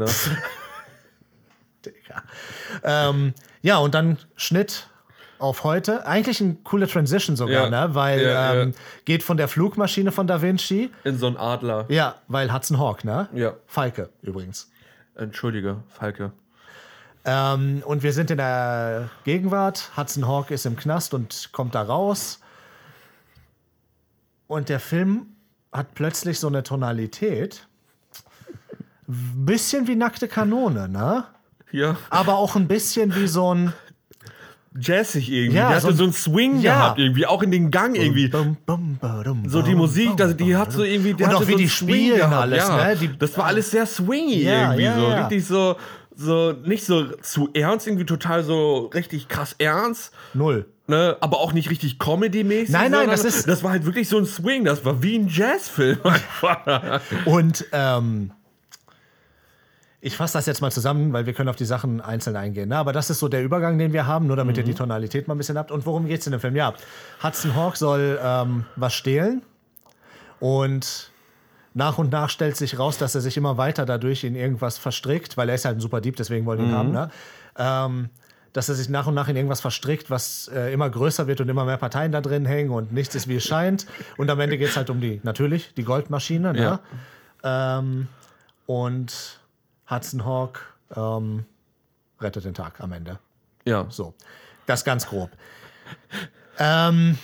Digga. Ähm, ja, und dann Schnitt auf heute. Eigentlich eine coole Transition sogar, Ja. ne? Weil Ja, ähm, ja. geht von der Flugmaschine von Da Vinci. In so einen Adler. Ja, weil Hudson Hawk, ne? Ja. Falke übrigens. Entschuldige, Falke. Ähm, und wir sind in der Gegenwart. Hudson Hawk ist im Knast und kommt da raus. Und der Film hat plötzlich so eine Tonalität. Bisschen wie nackte Kanone, ne? Ja. Aber auch ein bisschen wie so ein. Jazzig irgendwie. Ja, der so hatte ein- so einen Swing ja. gehabt irgendwie, auch in den Gang irgendwie. Bum, bum, badum, So die bum, Musik, bum, das, die bum, hat so irgendwie. Der Und auch hatte wie so die einen Swing spielen gehabt, alles, ja. ne? Die, Das war alles sehr swingy Ja, irgendwie, ja, so ja. richtig so, so nicht so zu ernst, irgendwie total so richtig krass ernst. null. Ne, aber auch nicht richtig Comedy-mäßig. Nein, nein, sondern das ist- Das war halt wirklich so ein Swing. Das war wie ein Jazzfilm einfach. Und ähm, ich fasse das jetzt mal zusammen, weil wir können auf die Sachen einzeln eingehen. Ne? Aber das ist so der Übergang, den wir haben, nur damit ihr die Tonalität mal ein bisschen habt. Und worum geht es in dem Film? Ja, Hudson Hawk soll ähm, was stehlen und nach und nach stellt sich raus, dass er sich immer weiter dadurch in irgendwas verstrickt, weil er ist halt ein super Dieb, deswegen wollen wir ihn haben, ne? Ähm, dass er sich nach und nach in irgendwas verstrickt, was äh, immer größer wird und immer mehr Parteien da drin hängen und nichts ist, wie es scheint. Und am Ende geht es halt um die, natürlich, die Goldmaschine. Ne? Ähm, und Hudson Hawk ähm, rettet den Tag am Ende. Ja. So, das ganz grob. Ähm,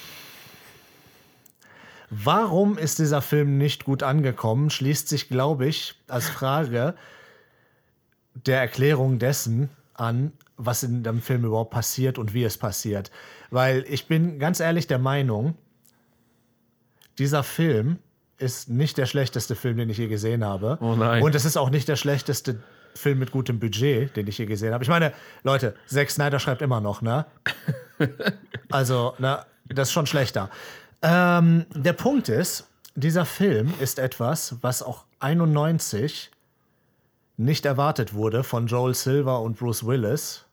warum ist dieser Film nicht gut angekommen, schließt sich, glaube ich, als Frage der Erklärung dessen an, was in dem Film überhaupt passiert und wie es passiert. Weil ich bin ganz ehrlich der Meinung, dieser Film ist nicht der schlechteste Film, den ich je gesehen habe. Oh nein. Und es ist auch nicht der schlechteste Film mit gutem Budget, den ich je gesehen habe. Ich meine, Leute, Zack Snyder schreibt immer noch, ne? Also, ne, das ist schon schlechter. Ähm, der Punkt ist, dieser Film ist etwas, was auch einundneunzig nicht erwartet wurde von Joel Silver und Bruce Willis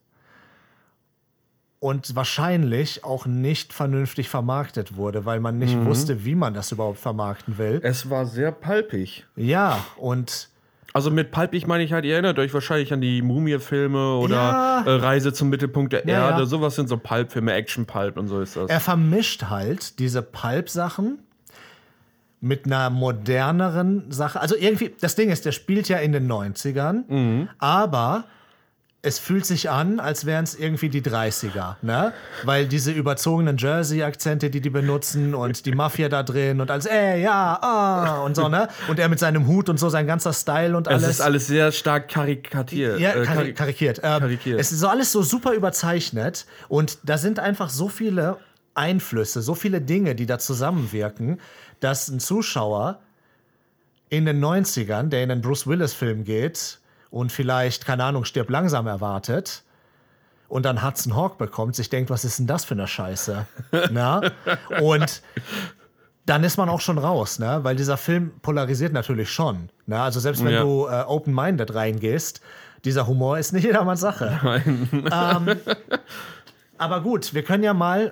und wahrscheinlich auch nicht vernünftig vermarktet wurde, weil man nicht wusste, wie man das überhaupt vermarkten will. Es war sehr palpig. Ja, und Also mit palpig meine ich halt, ihr erinnert euch wahrscheinlich an die Mumie-Filme oder Ja. äh, Reise zum Mittelpunkt der Ja, Erde. ja. Sowas sind so Pulp-Filme, Action-Pulp und so ist das. er vermischt halt diese Pulp-Sachen mit einer moderneren Sache. Also irgendwie, das Ding ist, der spielt ja in den neunzigern, aber es fühlt sich an, als wären es irgendwie die dreißiger, ne? Weil diese überzogenen Jersey-Akzente, die die benutzen und die Mafia da drin und alles, ey, ja, ah, und so, ne? Und er mit seinem Hut und so, sein ganzer Style und alles. Es ist alles sehr stark karikatiert. Ja, äh, kar kari karikiert. Ähm, karikiert. Es ist so alles so super überzeichnet und da sind einfach so viele Einflüsse, so viele Dinge, die da zusammenwirken, dass ein Zuschauer in den neunzigern, der in einen Bruce Willis-Film geht und vielleicht, keine Ahnung, Stirb langsam erwartet und dann Hudson Hawk bekommt, sich denkt, was ist denn das für eine Scheiße? Na? Und dann ist man auch schon raus, ne? Weil dieser Film polarisiert natürlich schon. Ne? Also selbst wenn ja. du äh, open-minded reingehst, dieser Humor ist nicht jedermanns Sache. Nein. Ähm, aber gut, wir können ja mal...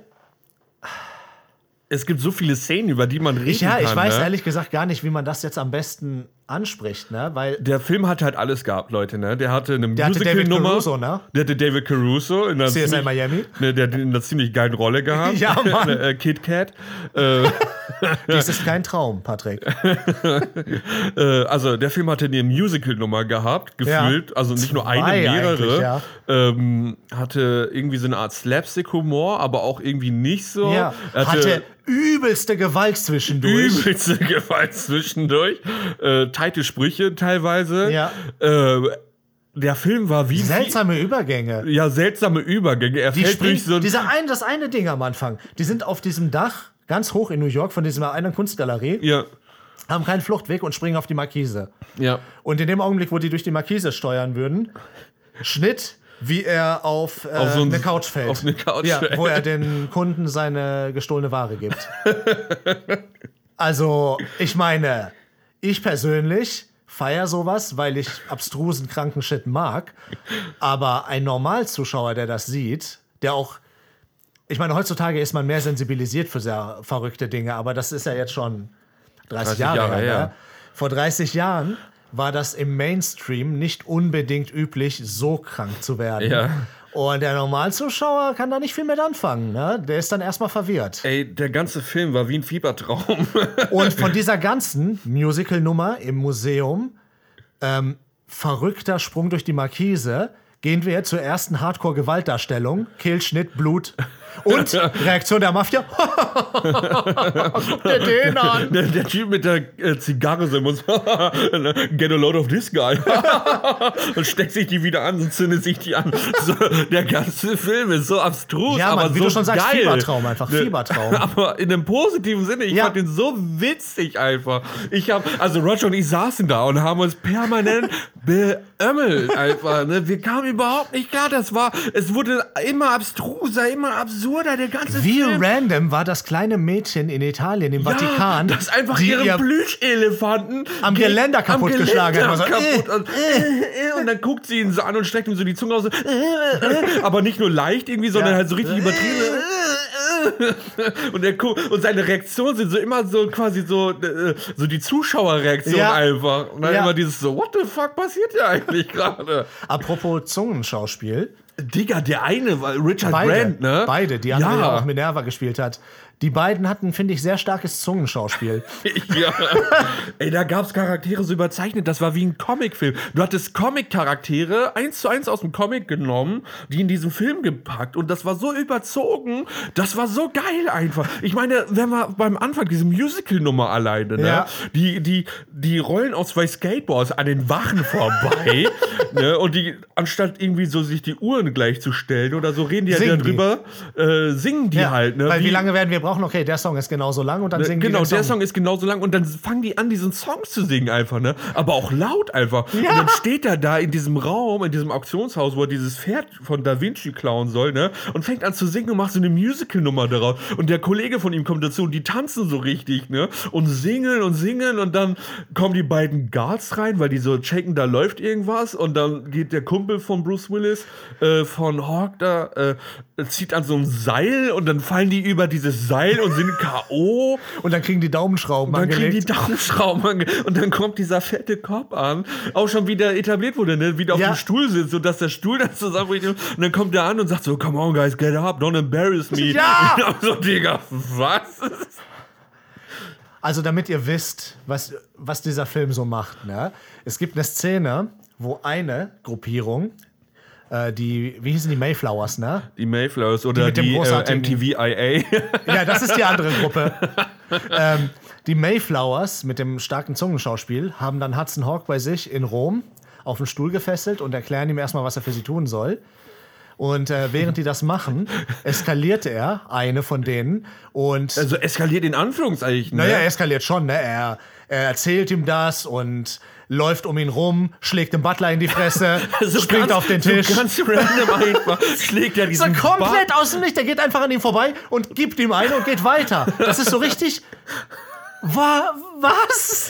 Es gibt so viele Szenen, über die man reden Ich, ja, kann. ich weiß ne? ehrlich gesagt gar nicht, wie man das jetzt am besten anspricht, ne? Weil Der Film hat halt alles gehabt, Leute, ne? Der hatte eine Der hatte David Musical-Nummer. Caruso, ne? Der hatte David Caruso in einer C S I ziemlich- Miami. Ne, der hat in einer ziemlich geilen Rolle gehabt. Ja, Mann. äh, Kit Kat. Äh, dies ist kein Traum, Patrick. äh, also der Film hatte eine Musical-Nummer gehabt, gefühlt. Ja. Also nicht nur Zwei eine, eigentlich, mehrere. ja. Ähm, hatte irgendwie so eine Art Slapstick-Humor, aber auch irgendwie nicht so. Ja. Er Hatte übelste Gewalt zwischendurch. übelste Gewalt zwischendurch. Äh, teite Sprüche teilweise. Ja. Äh, der Film war wie Seltsame Übergänge. ja, seltsame Übergänge. Er Die fällt durch springen, so ein dieser ein, das eine Ding am Anfang, die sind auf diesem Dach ganz hoch in New York von dieser einen Kunstgalerie, ja, haben keinen Fluchtweg und springen auf die Markise. ja. Und in dem Augenblick, wo die durch die Markise steuern würden, Schnitt, wie er auf, äh, Auf so ein- eine Couch fällt. auf eine Couch ja, fällt. wo er den Kunden seine gestohlene Ware gibt. Also, ich meine, ich persönlich feiere sowas, weil ich abstrusen, kranken Shit mag. Aber ein Normalzuschauer, der das sieht, der auch... Ich meine, heutzutage ist man mehr sensibilisiert für sehr verrückte Dinge, aber das ist ja jetzt schon dreißig, dreißig Jahre, Jahre her. her. Ne? Vor dreißig Jahren war das im Mainstream nicht unbedingt üblich, so krank zu werden. Ja. Und der Normalzuschauer kann da nicht viel mit anfangen. Ne? Der ist dann erstmal verwirrt. Ey, der ganze Film war wie ein Fiebertraum. Und von dieser ganzen Musical-Nummer im Museum, ähm, verrückter Sprung durch die Markise, gehen wir zur ersten Hardcore-Gewaltdarstellung. Killschnitt, Blut und Reaktion der Mafia. Guck dir den an. Der, der Typ mit der äh, Zigarre so muss get a load of this guy. Und steckt sich die wieder an und zündet sich die an. So, der ganze Film ist so abstrus, Ja, aber Mann, wie so du schon sagst, geil. Fiebertraum einfach, Ne, Fiebertraum. Aber in einem positiven Sinne. Ich Ja. fand den so witzig einfach. Ich hab, also Roger und ich saßen da und haben uns permanent beömmelt einfach. Ne? Wir kamen überhaupt nicht klar. Das war, es wurde immer abstruser, immer absurder, der ganze Wie Film. random war das kleine Mädchen in Italien, im Vatikan, das einfach die ihre ihr Plüschelefanten am ge- Geländer kaputtgeschlagen am hat. Geländer Also, kaputt und, äh, äh, und dann guckt sie ihn so an und streckt ihm so die Zunge aus. So, äh, äh, aber nicht nur leicht irgendwie, sondern Ja. halt so richtig übertrieben. Äh, äh. Und, er guckt, und seine Reaktionen sind so immer so quasi so, äh, so die Zuschauerreaktion Ja. einfach. Und dann Ja. immer dieses so, what the fuck passiert hier eigentlich gerade? Apropos Zungenschauspiel. Digga, der eine war Richard Beide, Grant, ne? beide, die andere Ja. ja auch Minerva gespielt hat. Die beiden hatten, finde ich, sehr starkes Zungenschauspiel. Ja. Ey, da gab's Charaktere so überzeichnet, das war wie ein Comicfilm. Du hattest Comic-Charaktere eins zu eins aus dem Comic genommen, die in diesen Film gepackt und das war so überzogen, das war so geil einfach. Ich meine, wenn wir beim Anfang diese Musical-Nummer alleine, ne? Ja. Die, die, die rollen auf zwei Skateboards an den Wachen vorbei, ne? Und die, anstatt irgendwie so sich die Uhren gleichzustellen oder so, reden die halt Singen die. darüber, äh, singen die Ja, halt, ne? Weil wie lange werden wir brauchen? Okay, der Song ist genauso lang und dann singen Genau, die den der Song. Song ist genauso lang und dann fangen die an, diesen Songs zu singen einfach, ne? Aber auch laut einfach. Ja. Und dann steht er da in diesem Raum, in diesem Auktionshaus, wo er dieses Pferd von Da Vinci klauen soll, ne? Und fängt an zu singen und macht so eine Musical-Nummer daraus. Und der Kollege von ihm kommt dazu und die tanzen so richtig, ne? Und singen und singen und dann kommen die beiden Guards rein, weil die so checken, da läuft irgendwas und dann geht der Kumpel von Bruce Willis, äh, von Hawk da, äh, zieht an so einem Seil und dann fallen die über dieses Seil und sind K O Und dann kriegen die Daumenschrauben und dann kriegen die angelegt. Daumenschrauben ange und dann kommt dieser fette Cop an, auch schon wieder etabliert wurde, ne? Wieder auf Ja. dem Stuhl sitzt, sodass der Stuhl dann zusammenbricht und dann kommt der an und sagt so, come on guys, get up, don't embarrass me. Ja! Und ich hab so, Digga, was? Also damit ihr wisst, was, was dieser Film so macht. Ne? Es gibt eine Szene, wo eine Gruppierung Äh, die, wie hießen die Mayflowers, ne? Die Mayflowers oder die, die äh, M T V I A. Ja, das ist die andere Gruppe. ähm, die Mayflowers mit dem starken Zungenschauspiel haben dann Hudson Hawk bei sich in Rom auf den Stuhl gefesselt und erklären ihm erstmal, was er für sie tun soll. Und äh, während die das machen, eskaliert er, eine von denen. Und also eskaliert in Anführungszeichen. Naja, ne? er eskaliert schon. Ne? Er, er erzählt ihm das und läuft um ihn rum, schlägt dem Butler in die Fresse, so springt ganz, auf den Tisch. So ganz random einfach. Schlägt er diesen so komplett Bar- aus dem Licht. Der geht einfach an ihm vorbei und gibt ihm eine und geht weiter. Das ist so richtig... Wa- was?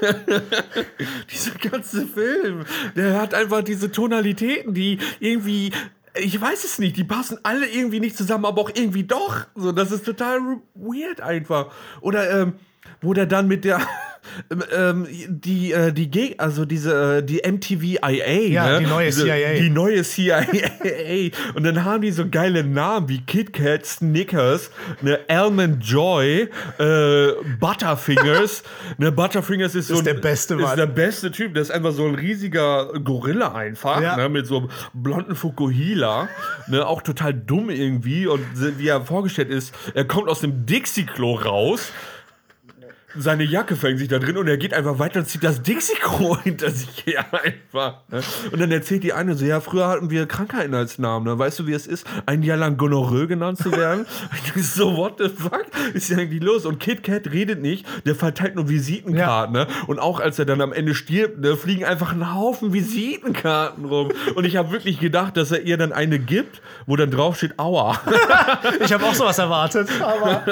Dieser ganze Film, der hat einfach diese Tonalitäten, die irgendwie, ich weiß es nicht, die passen alle irgendwie nicht zusammen, aber auch irgendwie doch. So, das ist total weird einfach. Oder ähm, wo der dann mit der ähm, die äh, die Geg- also diese äh, die M T V I A, ja, ne? die neue diese, C I A, die neue C I A und dann haben die so geile Namen wie Kit Kat, Snickers, ne Almond Joy, äh, Butterfingers, ne Butterfingers ist so ist ein, der beste Mann. ist der beste Typ, das ist einfach so ein riesiger Gorilla einfach, ja. ne, mit so einem blonden Fukuhila, ne, auch total dumm irgendwie und wie er vorgestellt ist, er kommt aus dem Dixie-Klo raus. Seine Jacke fängt sich da drin und er geht einfach weiter und zieht das Dixie-Klo hinter sich her einfach. Ne? Und dann erzählt die eine so, ja, früher hatten wir Krankheiten als Namen. Ne? Weißt du, wie es ist, ein Jahr lang Gonorrhoe genannt zu werden? Ich denke so, what the fuck ist hier eigentlich los? Und Kit Kat redet nicht, der verteilt nur Visitenkarten. Ja. Ne? Und auch als er dann am Ende stirbt, ne, fliegen einfach ein Haufen Visitenkarten rum. Und ich habe wirklich gedacht, dass er ihr dann eine gibt, wo dann drauf steht, aua. Ich habe auch sowas erwartet, aber...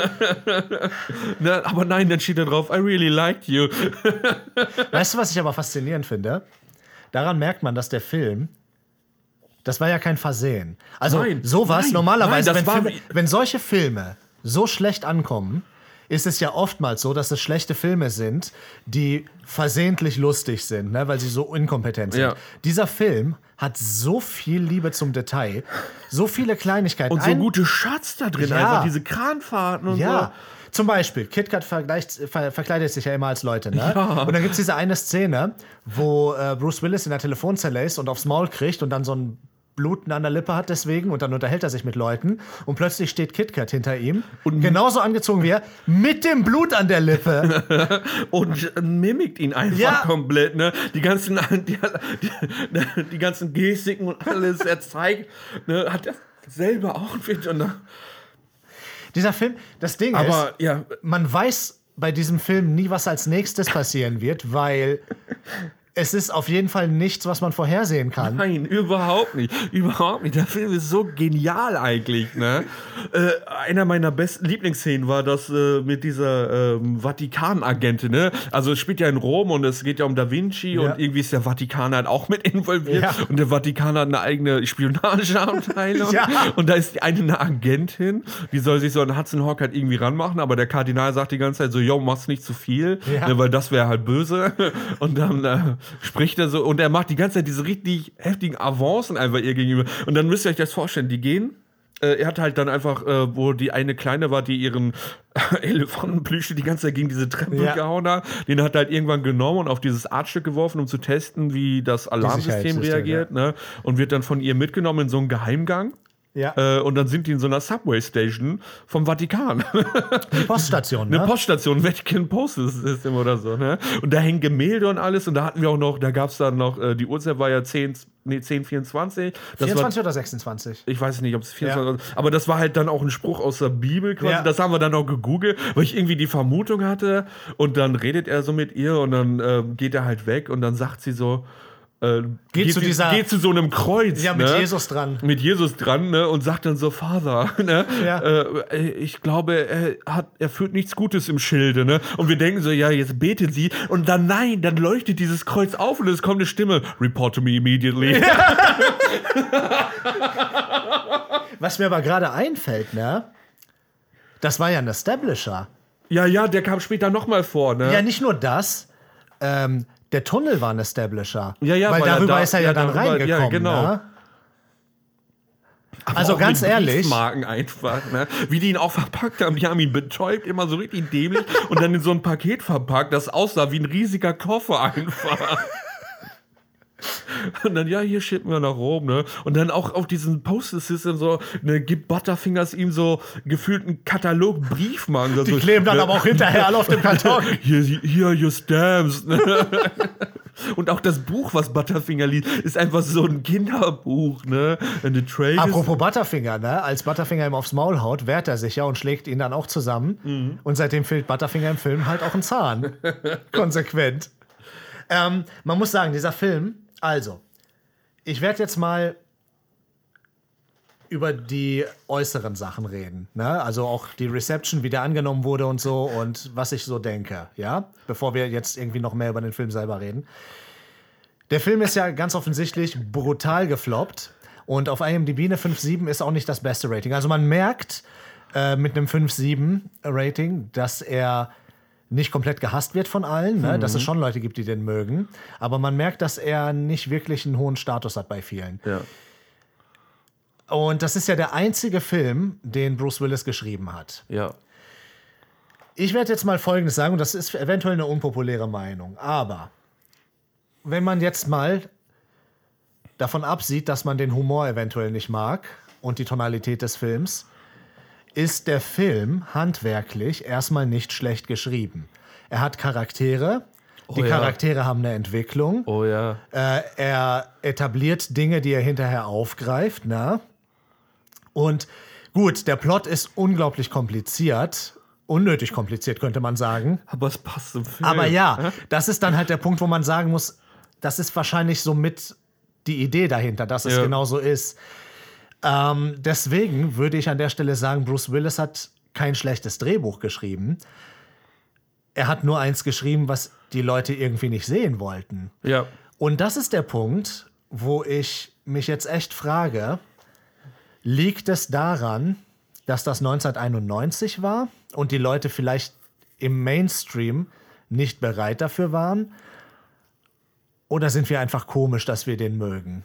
ne, aber nein, dann steht da drauf, I really liked you. Weißt du, was ich aber faszinierend finde? Daran merkt man, dass der Film, das war ja kein Versehen. Also Nein, sowas, nein, normalerweise, nein, das wenn, war- Filme, wenn solche Filme so schlecht ankommen, ist es ja oftmals so, dass es schlechte Filme sind, die versehentlich lustig sind, ne, weil sie so inkompetent sind. Ja. Dieser Film hat so viel Liebe zum Detail, so viele Kleinigkeiten. Und so Ein- gute Shots da drin, Ja. einfach diese Kranfahrten und Ja. Zum Beispiel, Kit Kat vergleicht, ver, verkleidet sich ja immer als Leute, ne? Ja. Und dann gibt es diese eine Szene, wo äh, Bruce Willis in der Telefonzelle ist und aufs Maul kriegt und dann so ein Bluten an der Lippe hat deswegen und dann unterhält er sich mit Leuten und plötzlich steht Kit Kat hinter ihm und genauso angezogen wie er, mit dem Blut an der Lippe. so. Und mimikt ihn einfach Ja. komplett, ne? Die ganzen, die, die, die ganzen Gestiken und alles, er zeigt, ne? Hat er selber auch und dann, Dieser Film, das Ding aber ist, ja, man weiß bei diesem Film nie, was als nächstes passieren wird, weil es ist auf jeden Fall nichts, was man vorhersehen kann. nein, überhaupt nicht. Überhaupt nicht. Der Film ist so genial eigentlich, ne? äh, einer meiner besten Lieblingsszenen war das äh, mit dieser ähm, Vatikan-Agentin, ne? Also es spielt ja in Rom und es geht ja um Da Vinci Ja. und irgendwie ist der Vatikan halt auch mit involviert. Ja. Und der Vatikan hat eine eigene Spionageabteilung. Ja. Und da ist die eine, eine Agentin, die soll sich so an Hudson Hawk halt irgendwie ranmachen, aber der Kardinal sagt die ganze Zeit so, yo, mach's nicht zu viel, Ja. ne, weil das wäre halt böse. Und dann äh, spricht er so und er macht die ganze Zeit diese richtig heftigen Avancen einfach ihr gegenüber. Und dann müsst ihr euch das vorstellen, die gehen. Äh, er hat halt dann einfach, äh, wo die eine Kleine war, die ihren Elefantenplüsche die ganze Zeit gegen diese Treppe Ja. gehauen hat, den hat er halt irgendwann genommen und auf dieses Artstück geworfen, um zu testen, wie das Alarmsystem Sicherheitssystem, reagiert. Ne? Und wird dann von ihr mitgenommen in so einen Geheimgang. Ja. Äh, und dann sind die in so einer Subway-Station vom Vatikan. Die Poststation, ne? Eine Poststation, Vatican Post System oder so, ne? Und da hängen Gemälde und alles. Und da hatten wir auch noch, da gab es dann noch, äh, die Uhrzeit war ja zehn, nee, zehn vierundzwanzig. Das vierundzwanzig war, oder sechsundzwanzig? ich weiß nicht, ob es vierundzwanzig war. Aber das war halt dann auch ein Spruch aus der Bibel quasi. Ja. Das haben wir dann auch gegoogelt, weil ich irgendwie die Vermutung hatte. Und dann redet er so mit ihr und dann äh, geht er halt weg und dann sagt sie so, Äh, Geht geht, zu sie- dieser- geht zu so einem Kreuz. Ja, mit ne? Jesus dran. Mit Jesus dran, ne? Und sagt dann so, Vater, ne? Ja. Äh, ich glaube, er, hat, er führt nichts Gutes im Schilde, ne? Und wir denken so, ja, jetzt beten sie. Und dann, nein, dann leuchtet dieses Kreuz auf und es kommt eine Stimme. Report to me immediately. Was mir aber gerade einfällt, ne? Das war ja ein Establisher. Ja, ja, der kam später nochmal vor, ne? Ja, nicht nur das. Ähm, der Tunnel war ein Establisher. Ja, ja, weil weil er darüber da- ist er ja, ja, dann darüber- ja, reingekommen. genau. Ne? Aber Also auch ganz mit ehrlich- Briefmarken einfach, ne? Wie die ihn auch verpackt haben. Die haben ihn betäubt, immer so richtig dämlich und dann in so ein Paket verpackt, das aussah wie ein riesiger Koffer einfach. Und dann, ja, hier schicken wir nach Rom, ne? Und dann auch auf diesen Postal-System so, ne, gibt Butterfingers ihm so gefühlt einen Katalog Briefmarken. Die so, kleben dann ne? aber auch hinterher alle auf dem Karton. Hier, hier, your stamps. Ne? Und auch das Buch, was Butterfinger liest, ist einfach so ein Kinderbuch, ne? And the trail Apropos Butterfinger, ne? Als Butterfinger ihm aufs Maul haut, wehrt er sich ja und schlägt ihn dann auch zusammen. Mhm. Und seitdem fehlt Butterfinger im Film halt auch ein Zahn. Konsequent. Ähm, man muss sagen, dieser Film, also, ich werde jetzt mal über die äußeren Sachen reden, ne? Also auch die Reception, wie der angenommen wurde und so und was ich so denke, ja? Bevor wir jetzt irgendwie noch mehr über den Film selber reden. Der Film ist ja ganz offensichtlich brutal gefloppt und auf I M D B eine fünf Komma sieben ist auch nicht das beste Rating. Also man merkt äh, mit einem fünf Komma sieben Rating, dass er nicht komplett gehasst wird von allen, ne? Mhm. Dass es schon Leute gibt, die den mögen. Aber man merkt, dass er nicht wirklich einen hohen Status hat bei vielen. Ja. Und das ist ja der einzige Film, den Bruce Willis geschrieben hat. Ja. Ich werde jetzt mal Folgendes sagen, und das ist eventuell eine unpopuläre Meinung. Aber wenn man jetzt mal davon absieht, dass man den Humor eventuell nicht mag und die Tonalität des Films, ist der Film handwerklich erstmal nicht schlecht geschrieben. Er hat Charaktere, die oh ja. Charaktere haben eine Entwicklung. Oh ja. Äh, er etabliert Dinge, die er hinterher aufgreift. Ne? Und gut, der Plot ist unglaublich kompliziert. Unnötig kompliziert, könnte man sagen. Aber es passt zum Film. Aber ja, das ist dann halt der Punkt, wo man sagen muss, das ist wahrscheinlich so mit die Idee dahinter, dass es ja. genau so ist. Ähm, deswegen würde ich an der Stelle sagen, Bruce Willis hat kein schlechtes Drehbuch geschrieben. Er hat nur eins geschrieben, was die Leute irgendwie nicht sehen wollten. Ja. Und das ist der Punkt, wo ich mich jetzt echt frage, liegt es daran, dass das neunzehnhunderteinundneunzig war und die Leute vielleicht im Mainstream nicht bereit dafür waren? Oder sind wir einfach komisch, dass wir den mögen?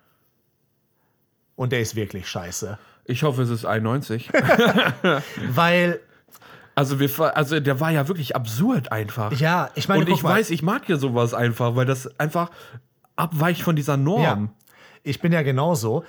Und der ist wirklich scheiße. Ich hoffe, es ist einundneunzig. Weil... Also, wir, also der war ja wirklich absurd einfach. Ja, ich meine, Und ich weiß, ich mag ja sowas einfach, weil das einfach abweicht von dieser Norm. Ja, ich bin ja genauso.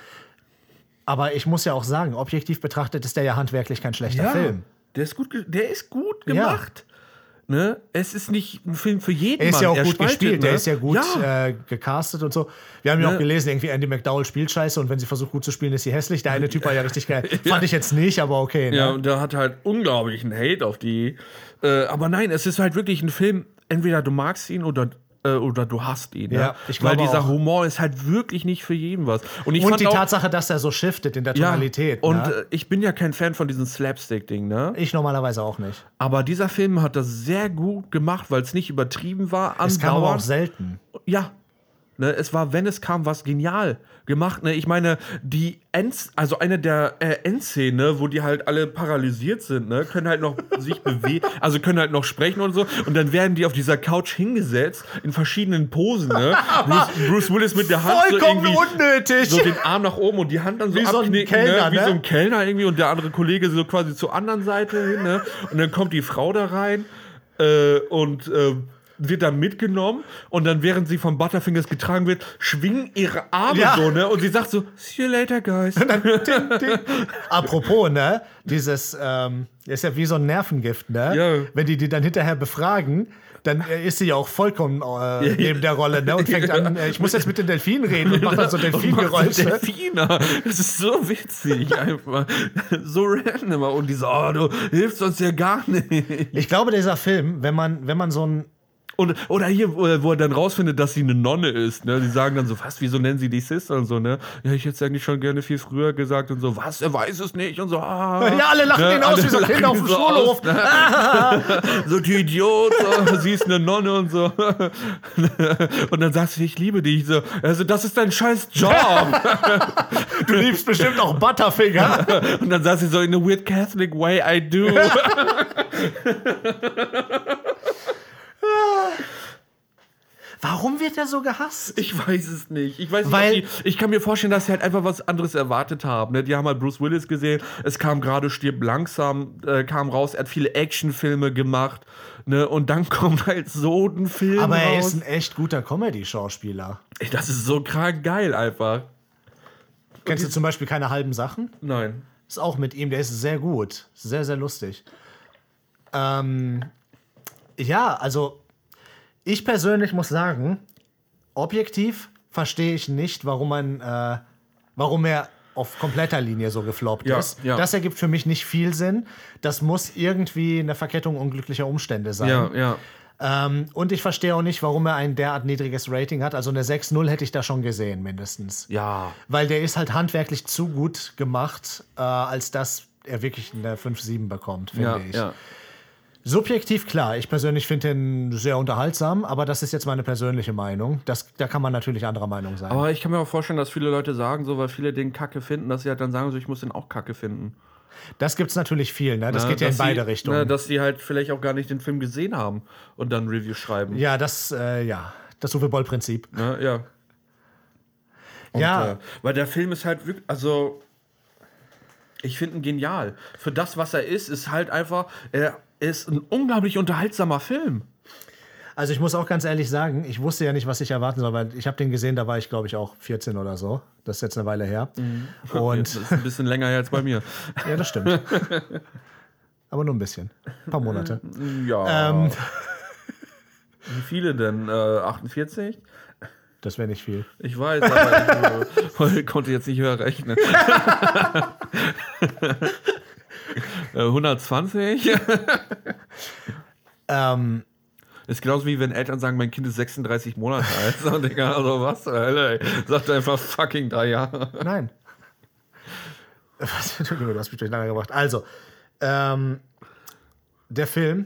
Aber ich muss ja auch sagen, objektiv betrachtet ist der ja handwerklich kein schlechter ja, Film. Der ist gut, der ist gut gemacht. Ja. Ne? Es ist nicht ein Film für jeden Mann. Er ist ja auch er gut spaltet, gespielt, ne? der ist ja gut ja. Äh, gecastet und so. Wir haben ja ne? auch gelesen, irgendwie Andy McDowell spielt scheiße und wenn sie versucht gut zu spielen, ist sie hässlich. Der eine Typ war ja richtig geil. ja. Fand ich jetzt nicht, aber okay. Ne? Ja, und der hat halt unglaublichen Hate auf die. Äh, aber nein, es ist halt wirklich ein Film, entweder du magst ihn oder oder du hasst ihn. Ja, ne? ich Weil glaube dieser auch. Humor ist halt wirklich nicht für jeden was. Und, ich und fand die auch, Tatsache, dass er so shiftet in der Tonalität. Ja, und ne? äh, ich bin ja kein Fan von diesem Slapstick-Ding, ne? Ich normalerweise auch nicht. Aber dieser Film hat das sehr gut gemacht, weil es nicht übertrieben war. Es kam aber auch selten. Ja. Ne, es war, wenn es kam, was genial gemacht. Ne? Ich meine, die End, also eine der äh, Endszene, wo die halt alle paralysiert sind, ne, können halt noch sich bewegen, also können halt noch sprechen und so. Und dann werden die auf dieser Couch hingesetzt in verschiedenen Posen. Ne? Bruce, Bruce Willis mit der Hand Vollkommen so irgendwie unnötig. so den Arm nach oben und die Hand dann so wie so abknicken, ein Kellner, ne? wie ne? so ein Kellner irgendwie und der andere Kollege so quasi zur anderen Seite hin. Ne? Und dann kommt die Frau da rein äh, und äh, wird dann mitgenommen und dann, während sie von Butterfingers getragen wird, schwingen ihre Arme ja. so, ne? Und sie sagt so, see you later, guys. Und dann, ding, ding. Apropos, ne? Dieses, ähm, ist ja wie so ein Nervengift, ne? Ja. Wenn die die dann hinterher befragen, dann äh, ist sie ja auch vollkommen äh, neben der Rolle, ne? Und fängt an, äh, ich muss jetzt mit den Delfinen reden und macht dann so Delfingeräusche. Delfiner. Das ist so witzig einfach. So random. Und die so, oh, du hilfst uns ja gar nicht. Ich glaube, dieser Film, wenn man, wenn man so ein Und, oder hier, wo er dann rausfindet, dass sie eine Nonne ist, ne? Die sagen dann so, was, wieso nennen sie die Sister und so, ne? Ja, ich hätte es eigentlich schon gerne viel früher gesagt und so, was, er weiß es nicht und so, ah. Ja, alle lachen ne? ihn aus alle wie so Kinder auf dem so Schulhof. Aus, ne? So, die Idiot, so, sie ist eine Nonne und so. Und dann sagst du, ich liebe dich. So, also, das ist dein scheiß Job. Du liebst bestimmt auch Butterfinger. Und dann sagt sie so, in a weird Catholic way, I do. Warum wird er so gehasst? Ich weiß es nicht. Ich weiß nicht, Weil, die, ich kann mir vorstellen, dass sie halt einfach was anderes erwartet haben. Ne? Die haben halt Bruce Willis gesehen. Es kam gerade Stirb langsam, äh, kam raus. Er hat viele Actionfilme gemacht. Ne? Und dann kommt halt so ein Film aber er raus. ist ein echt guter Comedy-Schauspieler. Ey, das ist so krank geil einfach. Kennst du zum Beispiel keine halben Sachen? Nein. Ist auch mit ihm, der ist sehr gut. Sehr, sehr lustig. Ähm, ja, also ich persönlich muss sagen, objektiv verstehe ich nicht, warum man, äh, warum er auf kompletter Linie so gefloppt Ja, ist. ja. Das ergibt für mich nicht viel Sinn. Das muss irgendwie eine Verkettung unglücklicher Umstände sein. Ja, ja. Ähm, und ich verstehe auch nicht, warum er ein derart niedriges Rating hat. Also eine sechs null hätte ich da schon gesehen, mindestens. Ja. Weil der ist halt handwerklich zu gut gemacht, äh, als dass er wirklich eine fünf sieben bekommt, finde Ja, ich. ja. Subjektiv klar, ich persönlich finde ihn sehr unterhaltsam, aber das ist jetzt meine persönliche Meinung. Das, da kann man natürlich anderer Meinung sein. Aber ich kann mir auch vorstellen, dass viele Leute sagen, so, weil viele den Kacke finden, dass sie halt dann sagen, so, ich muss den auch Kacke finden. Das gibt's natürlich viel, ne? Das Na, geht ja in dass beide sie, Richtungen. Na, dass sie halt vielleicht auch gar nicht den Film gesehen haben und dann ein Review schreiben. ja, das, äh, ja, das Uwe Boll-Prinzip. Na, ja. Und, Ja. Äh, weil der Film ist halt wirklich, also ich finde ihn genial. Für das, was er ist, ist halt einfach, er ist ein unglaublich unterhaltsamer Film. Also ich muss auch ganz ehrlich sagen, ich wusste ja nicht, was ich erwarten soll, weil ich habe den gesehen, da war ich, glaube ich, auch vierzehn oder so. Das ist jetzt eine Weile her. Und Das ist ein bisschen länger her als bei mir. ja, das stimmt. Aber nur ein bisschen. Ein paar Monate. Ja. Ähm, Wie viele denn? Äh, achtundvierzig? das wäre nicht viel. Ich weiß, aber ich äh, konnte jetzt nicht höher rechnen. äh, hundertzwanzig? Ähm, Ist genauso wie wenn Eltern sagen, mein Kind ist sechsunddreißig Monate alt. Und Digga, also was? Alter, ey. Sagt einfach fucking drei Jahre. nein. Was, du hast mich durcheinander gebracht. Also, ähm, der Film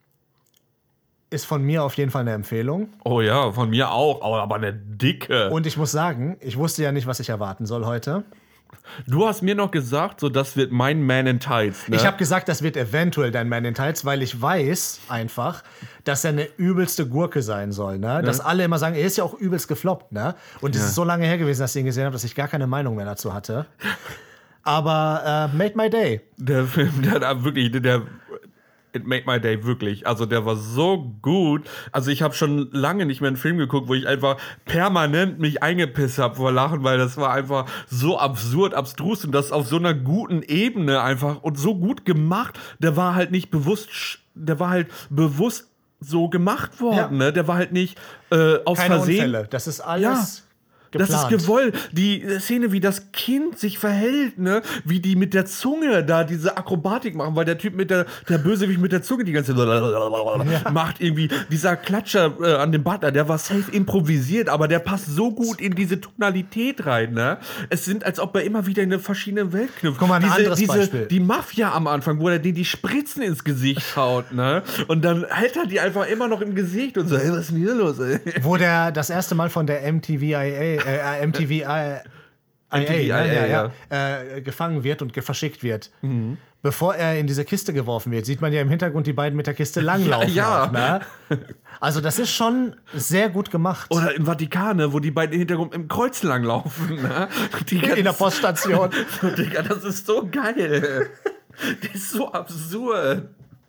ist von mir auf jeden Fall eine Empfehlung. Oh ja, von mir auch, aber eine dicke. Und ich muss sagen, ich wusste ja nicht, was ich erwarten soll heute. Du hast mir noch gesagt, so das wird mein Man in Tights. Ne? Ich habe gesagt, das wird eventuell dein Man in Tights, weil ich weiß einfach, dass er eine übelste Gurke sein soll. Ne? Dass alle immer sagen, er ist ja auch übelst gefloppt. Ne? Und es Ja. ist so lange her gewesen, dass ich ihn gesehen habe, dass ich gar keine Meinung mehr dazu hatte. Aber äh, made my day. Der Film, der hat wirklich, der It made my day, wirklich. Also der war so gut. Also ich habe schon lange nicht mehr einen Film geguckt, wo ich einfach permanent mich eingepisst habe vor Lachen, weil das war einfach so absurd, abstrus und das auf so einer guten Ebene einfach und so gut gemacht. Der war halt nicht bewusst, der war halt bewusst so gemacht worden. Ja. Ne? Der war halt nicht äh, aus Keine Versehen. Unfälle. Das ist alles Ja. geplant. Das ist gewollt. Die Szene, wie das Kind sich verhält, ne? Wie die mit der Zunge da diese Akrobatik machen, weil der Typ mit der, der Bösewicht mit der Zunge die ganze Zeit macht irgendwie. Dieser Klatscher äh, an dem Butler, der war safe improvisiert, aber der passt so gut in diese Tonalität rein, ne? Es sind, als ob er immer wieder in eine verschiedene Welt knüpft. Guck mal, ein diese, anderes diese, Beispiel. Die Mafia am Anfang, wo er denen die Spritzen ins Gesicht haut, ne? Und dann hält er die einfach immer noch im Gesicht und so, ey, was ist denn hier los, ey? Wo der das erste Mal von der M T V I A, äh, M T V I A, M T V I A, ja, ja, ja. Äh, gefangen wird und ge- verschickt wird. Mhm. Bevor er in diese Kiste geworfen wird, sieht man ja im Hintergrund die beiden mit der Kiste langlaufen. Ja, auch, ne? Also das ist schon sehr gut gemacht. Oder im Vatikan, ne, wo die beiden im Hintergrund im Kreuz langlaufen. Ne? Die in der Poststation. Digga, das ist so geil. Das ist so absurd.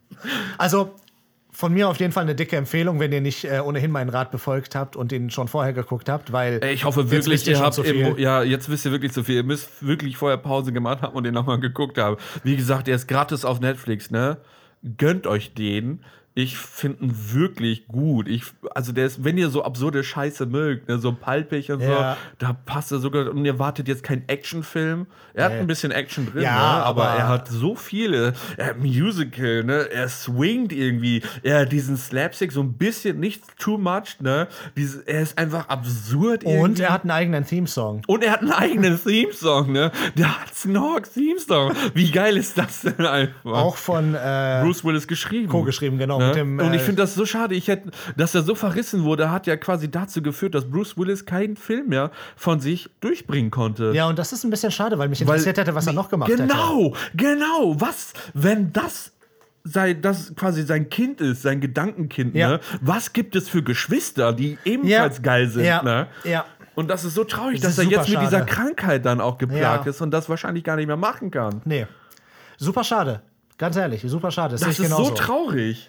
Also von mir auf jeden Fall eine dicke Empfehlung, wenn ihr nicht äh, ohnehin meinen Rat befolgt habt und ihn schon vorher geguckt habt, weil Ey, ich hoffe jetzt wirklich, wisst ihr ihr schon habt zu viel. im, ja, jetzt wisst ihr wirklich zu viel. Ihr müsst wirklich vorher Pause gemacht haben und den nochmal geguckt haben. Wie gesagt, der ist gratis auf Netflix, ne? Gönnt euch den. Ich finde ihn wirklich gut. Ich, also der ist, wenn ihr so absurde Scheiße mögt, ne, so palpig und Ja. so, da passt er sogar. Und ihr wartet jetzt keinen Actionfilm. Er hat Nee. ein bisschen Action drin, Ja, ne, aber, aber- er hat so viele. Er hat Musical, ne? Er swingt irgendwie. Er hat diesen Slapstick so ein bisschen, nicht too much, ne? Diese, er ist einfach absurd irgendwie. Und er hat einen eigenen Theme-Song. Und er hat einen eigenen Theme-Song, ne? Der hat Snorks Theme-Song. Wie geil ist das denn einfach? Auch von äh, Bruce Willis geschrieben. Co-geschrieben, genau. Ne? Mit dem, Und ich äh, finde das so schade, ich hätte, dass er so verrissen wurde, hat ja quasi dazu geführt, dass Bruce Willis keinen Film mehr von sich durchbringen konnte. Ja, und das ist ein bisschen schade, weil mich Weil- interessiert hätte, was er noch gemacht hätte. Genau, genau. Was, wenn das sein, das quasi sein Kind ist, sein Gedankenkind. Ja. Ne? Was gibt es für Geschwister, die ebenfalls Ja. geil sind? Ja. Ne? Ja. Und das ist so traurig, Das dass ist er jetzt super mit dieser schade. Krankheit dann auch geplagt Ja. ist und das wahrscheinlich gar nicht mehr machen kann. Nee. Super schade. Ganz ehrlich, super schade. Das, Das sehe ich ist genauso. so traurig.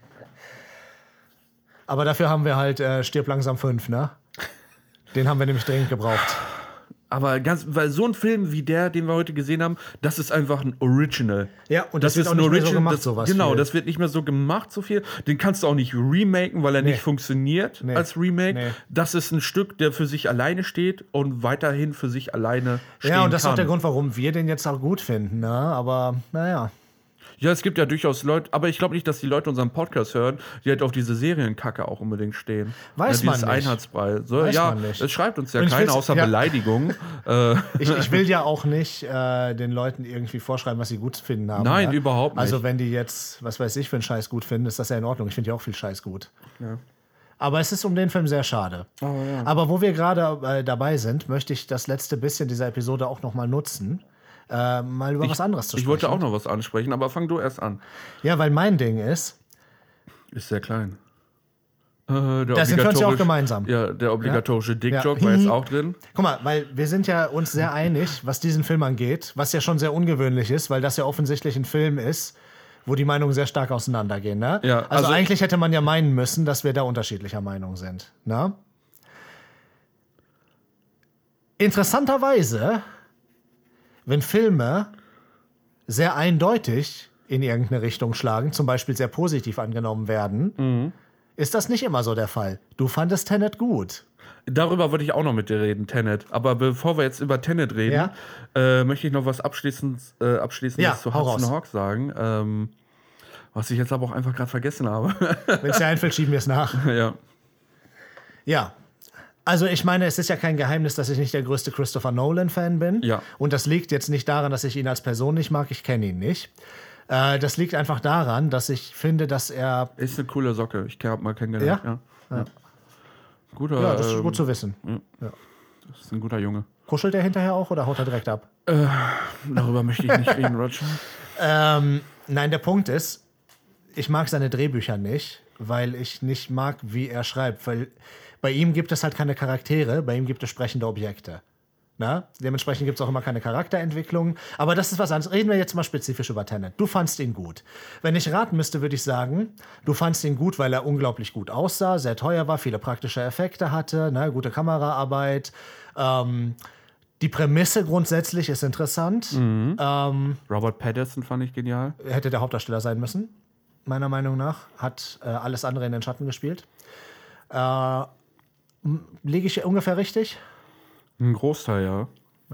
Aber dafür haben wir halt äh, Stirb langsam fünf, ne? Den haben wir nämlich dringend gebraucht. Aber ganz, weil so ein Film wie der, den wir heute gesehen haben, das ist einfach ein Original. Ja, und das wird auch nicht mehr so gemacht, das, sowas Genau, viel. das wird nicht mehr so gemacht, so viel. Den kannst du auch nicht remaken, weil er Nee. nicht funktioniert Nee. als Remake. Nee. Das ist ein Stück, der für sich alleine steht und weiterhin für sich alleine stehen Ja, und das ist kann. auch der Grund, warum wir den jetzt auch gut finden, ne? Aber naja. Ja, es gibt ja durchaus Leute, aber ich glaube nicht, dass die Leute unseren Podcast hören, die halt auf diese Serienkacke auch unbedingt stehen. Weiß ja, man dieses nicht. Einheitsbrei. So, Weiß ja, man nicht. es schreibt uns ja Und ich keiner will's- außer ja. Beleidigung. äh, Ich, ich will ja auch nicht äh, den Leuten irgendwie vorschreiben, was sie gut finden haben. Nein, ne? überhaupt nicht. Also wenn die jetzt, was weiß ich, für einen Scheiß gut finden, ist das ja in Ordnung. Ich finde ja auch viel Scheiß gut. Ja. Aber es ist um den Film sehr schade. Oh, ja. Aber wo wir gerade äh, dabei sind, möchte ich das letzte bisschen dieser Episode auch noch mal nutzen, äh, mal über was anderes zu sprechen. Ich wollte auch noch was ansprechen, aber fang du erst an. Ja, weil mein Ding ist, Ist sehr klein. Äh, der Da sind wir uns ja auch obligatorisch- gemeinsam. Ja, der obligatorische Dick-Joke Ja. war jetzt auch drin. guck mal, weil wir sind ja uns sehr einig, was diesen Film angeht, was ja schon sehr ungewöhnlich ist, weil das ja offensichtlich ein Film ist, wo die Meinungen sehr stark auseinandergehen. Ne? Ja, also, also- eigentlich hätte man ja meinen müssen, dass wir da unterschiedlicher Meinung sind. Ne? Interessanterweise, wenn Filme sehr eindeutig in irgendeine Richtung schlagen, zum Beispiel sehr positiv angenommen werden, Mhm. ist das nicht immer so der Fall. Du fandest Tenet gut. Darüber wollte ich auch noch mit dir reden, Tenet. Aber bevor wir jetzt über Tenet reden, Ja. äh, möchte ich noch was abschließend, äh, Abschließendes Ja, zu hau Hudson raus. Hawk sagen. Ähm, was ich jetzt aber auch einfach gerade vergessen habe. Wenn es dir einfällt, schieben wir es nach. ja. Ja. Also ich meine, es ist ja kein Geheimnis, dass ich nicht der größte Christopher Nolan-Fan bin. Ja. Und das liegt jetzt nicht daran, dass ich ihn als Person nicht mag. Ich kenne ihn nicht. Äh, das liegt einfach daran, dass ich finde, dass er... Ist eine coole Socke. Ich habe mal kennengelernt. Ja? Ja. Ja. Guter, Ja, das ist ähm, gut zu wissen. das ist ein guter Junge. Kuschelt er hinterher auch oder haut er direkt ab? Darüber möchte ich nicht reden, Roger. Ähm, nein, der Punkt ist, ich mag seine Drehbücher nicht, weil ich nicht mag, wie er schreibt. Weil bei ihm gibt es halt keine Charaktere, bei ihm gibt es sprechende Objekte. Na? Dementsprechend gibt es auch immer keine Charakterentwicklung. Aber das ist was anderes. Reden wir jetzt mal spezifisch über Tenet. Du fandst ihn gut. Wenn ich raten müsste, würde ich sagen, du fandst ihn gut, weil er unglaublich gut aussah, sehr teuer war, viele praktische Effekte hatte, ne? Gute Kameraarbeit. Ähm, die Prämisse grundsätzlich ist interessant. Ähm, Robert Pattinson fand ich genial. hätte der Hauptdarsteller sein müssen, meiner Meinung nach. Hat äh, alles andere in den Schatten gespielt. Äh, m- liege ich ungefähr richtig? Ein Großteil, ja.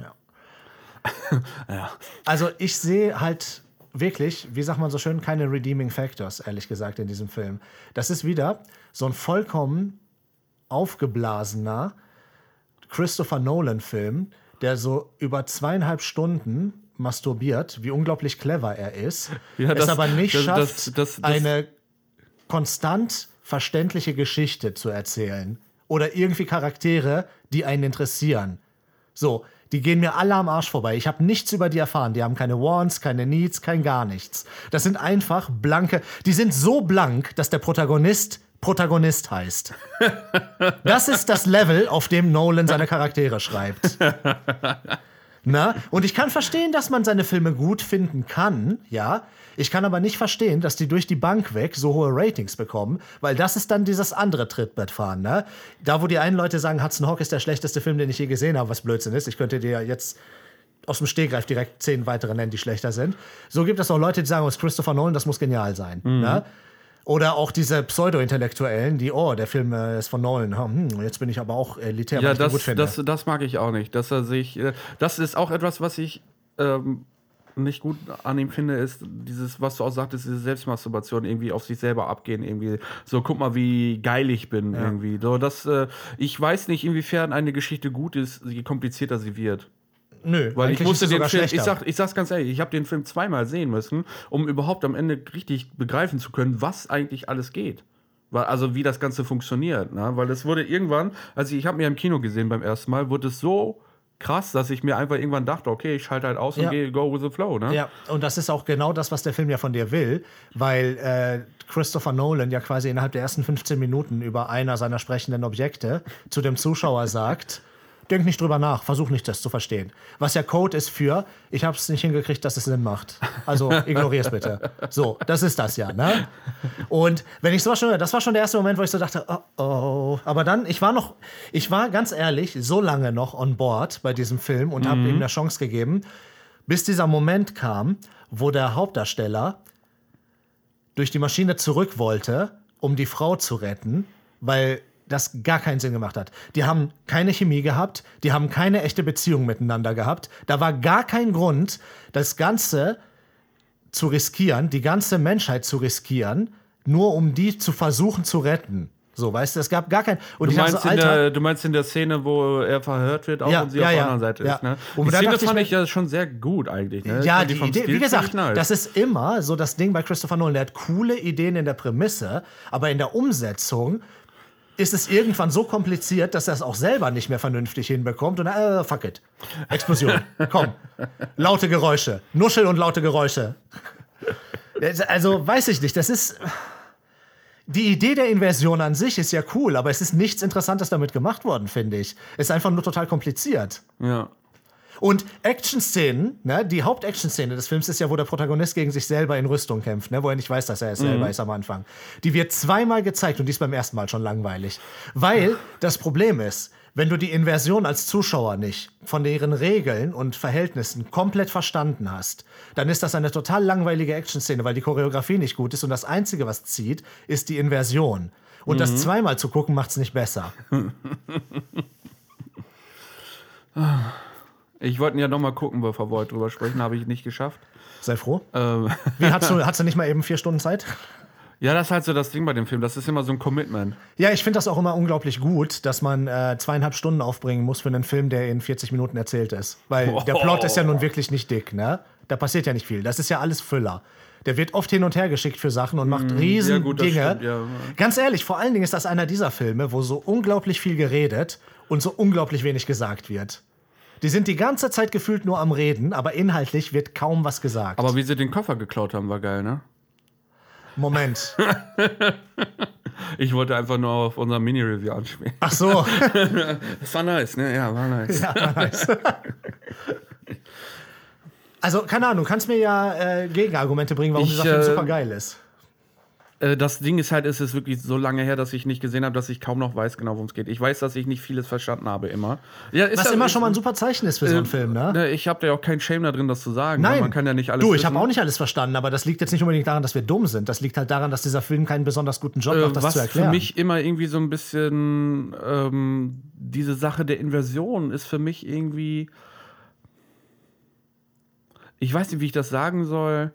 Ja. Also ich sehe halt wirklich, wie sagt man so schön, keine redeeming factors, ehrlich gesagt, in diesem Film. Das ist wieder so ein vollkommen aufgeblasener Christopher Nolan-Film, der so über zweieinhalb Stunden masturbiert, wie unglaublich clever er ist, Ja, es das- aber nicht das- schafft, das- das- das- eine konstant verständliche Geschichte zu erzählen oder irgendwie Charaktere, die einen interessieren. So, die gehen mir alle am Arsch vorbei. Ich habe nichts über die erfahren. Die haben keine Wants, keine Needs, kein gar nichts. Das sind einfach blanke, die sind so blank, dass der Protagonist Protagonist heißt. Das ist das Level, auf dem Nolan seine Charaktere schreibt. Na? Und ich kann verstehen, dass man seine Filme gut finden kann, ja. Ich kann aber nicht verstehen, dass die durch die Bank weg so hohe Ratings bekommen, weil das ist dann dieses andere Trittbettfahren, ne? Da, wo die einen Leute sagen, Hudson Hawk ist der schlechteste Film, den ich je gesehen habe, was Blödsinn ist. Ich könnte dir jetzt aus dem Stegreif direkt zehn weitere nennen, die schlechter sind. So gibt es auch Leute, die sagen, oh, es ist Christopher Nolan, das muss genial sein, ne? Oder auch diese Pseudo-Intellektuellen, die, oh, der Film äh, ist von Nolan. Hm, jetzt bin ich aber auch elitär, Ja, weil ich den das, gut finde. das, das mag ich auch nicht. Dass er sich. äh, Das ist auch etwas, was ich ähm, nicht gut an ihm finde, ist dieses, was du auch sagtest, diese Selbstmasturbation, irgendwie auf sich selber abgehen, irgendwie. So, guck mal, wie geil ich bin, irgendwie. So, das, äh, ich weiß nicht, inwiefern eine Geschichte gut ist, je komplizierter sie wird. Nö, Weil ich eigentlich musste ist es den sogar Film, ich, schlechter. sag, ich sag's ganz ehrlich, ich habe den Film zweimal sehen müssen, um überhaupt am Ende richtig begreifen zu können, was eigentlich alles geht. Weil, also wie das Ganze funktioniert. Ne? Weil es wurde irgendwann, also ich habe mir im Kino gesehen beim ersten Mal, wurde es so krass, dass ich mir einfach irgendwann dachte, okay, ich schalte halt aus Ja. und gehe go with the flow, ne? Ja, und das ist auch genau das, was der Film ja von dir will, weil äh, Christopher Nolan ja quasi innerhalb der ersten fünfzehn Minuten über einer seiner sprechenden Objekte zu dem Zuschauer sagt, denk nicht drüber nach, versuch nicht, das zu verstehen. Was ja Code ist für, ich habe es nicht hingekriegt, dass es Sinn macht. Also ignorier es bitte. So, das ist das ja, ne? Und wenn ich sowas schon, das war schon der erste Moment, wo ich so dachte, oh, oh. Aber dann, ich war noch, ich war ganz ehrlich, so lange noch on board bei diesem Film und habe ihm eine Chance gegeben, bis dieser Moment kam, wo der Hauptdarsteller durch die Maschine zurück wollte, um die Frau zu retten, weil das gar keinen Sinn gemacht hat. Die haben keine Chemie gehabt, die haben keine echte Beziehung miteinander gehabt. Da war gar kein Grund, das Ganze zu riskieren, die ganze Menschheit zu riskieren, nur um die zu versuchen zu retten. So, weißt du, es gab gar kein... Und Du ich dachte meinst, so, in Alter, der, du meinst in der Szene, wo er verhört wird, auch Ja, und sie ja, auf der ja, anderen Seite ja. ist, ne? Und Die da Szene dachte ich fand mir- ich ja schon sehr gut eigentlich, ne? Ja, Ich die fand Idee, vom wie Stil gesagt, ziemlich nice. das ist immer so das Ding bei Christopher Nolan. Der hat coole Ideen in der Prämisse, aber in der Umsetzung ist es irgendwann so kompliziert, dass er es auch selber nicht mehr vernünftig hinbekommt. Und äh, fuck it. Explosion. Komm. Laute Geräusche. Nuschel und laute Geräusche. Also, weiß ich nicht. Das ist... Die Idee der Inversion an sich ist ja cool, aber es ist nichts Interessantes damit gemacht worden, finde ich. Es ist einfach nur total kompliziert. Ja. Und Action-Szenen, ne, die Haupt-Action-Szene des Films ist ja, wo der Protagonist gegen sich selber in Rüstung kämpft, ne, wo er nicht weiß, dass er es selber ist am Anfang. Die wird zweimal gezeigt und die ist beim ersten Mal schon langweilig. Weil das Problem ist, wenn du die Inversion als Zuschauer nicht von deren Regeln und Verhältnissen komplett verstanden hast, dann ist das eine total langweilige Action-Szene, weil die Choreografie nicht gut ist und das Einzige, was zieht, ist die Inversion. Und das zweimal zu gucken, macht's nicht besser. Ich wollte ja noch mal gucken, bevor wir heute drüber sprechen, habe ich nicht geschafft. Sei froh. Ähm, Wie, hast du, hast du nicht mal eben vier Stunden Zeit? ja, das ist halt so das Ding bei dem Film. Das ist immer so ein Commitment. Ja, ich finde das auch immer unglaublich gut, dass man äh, zweieinhalb Stunden aufbringen muss für einen Film, der in vierzig Minuten erzählt ist. Weil der Plot ist ja nun wirklich nicht dick, ne? Da passiert ja nicht viel. Das ist ja alles Füller. Der wird oft hin und her geschickt für Sachen und macht riesen ja, gut, das Dinge. stimmt, ja. Ganz ehrlich, vor allen Dingen ist das einer dieser Filme, wo so unglaublich viel geredet und so unglaublich wenig gesagt wird. Die sind die ganze Zeit gefühlt nur am Reden, aber inhaltlich wird kaum was gesagt. Aber wie sie den Koffer geklaut haben, war geil, ne? Moment. Ich wollte einfach nur auf unser Mini-Review anspielen. Ach so. Das war nice, ne? Ja, war nice. Ja, nice. Also, keine Ahnung, du kannst mir ja äh, Gegenargumente bringen, warum Ich, dieser Film äh, super geil ist. Äh, Das Ding ist halt, es ist wirklich so lange her, dass ich nicht gesehen habe, dass ich kaum noch weiß, genau worum es geht. Ich weiß, dass ich nicht vieles verstanden habe, immer. Ja, ist Was ja, immer ist, schon mal ein super Zeichen ist für so einen Film, ne? Ne, ich habe da ja auch keinen Shame da drin, das zu sagen. Nein, weil Man kann ja nicht alles du, ich wissen. habe auch nicht alles verstanden, aber das liegt jetzt nicht unbedingt daran, dass wir dumm sind. Das liegt halt daran, dass dieser Film keinen besonders guten Job Äh, macht, das was zu für erklären. mich immer irgendwie so ein bisschen ähm, diese Sache der Inversion ist für mich irgendwie, ich weiß nicht, wie ich das sagen soll,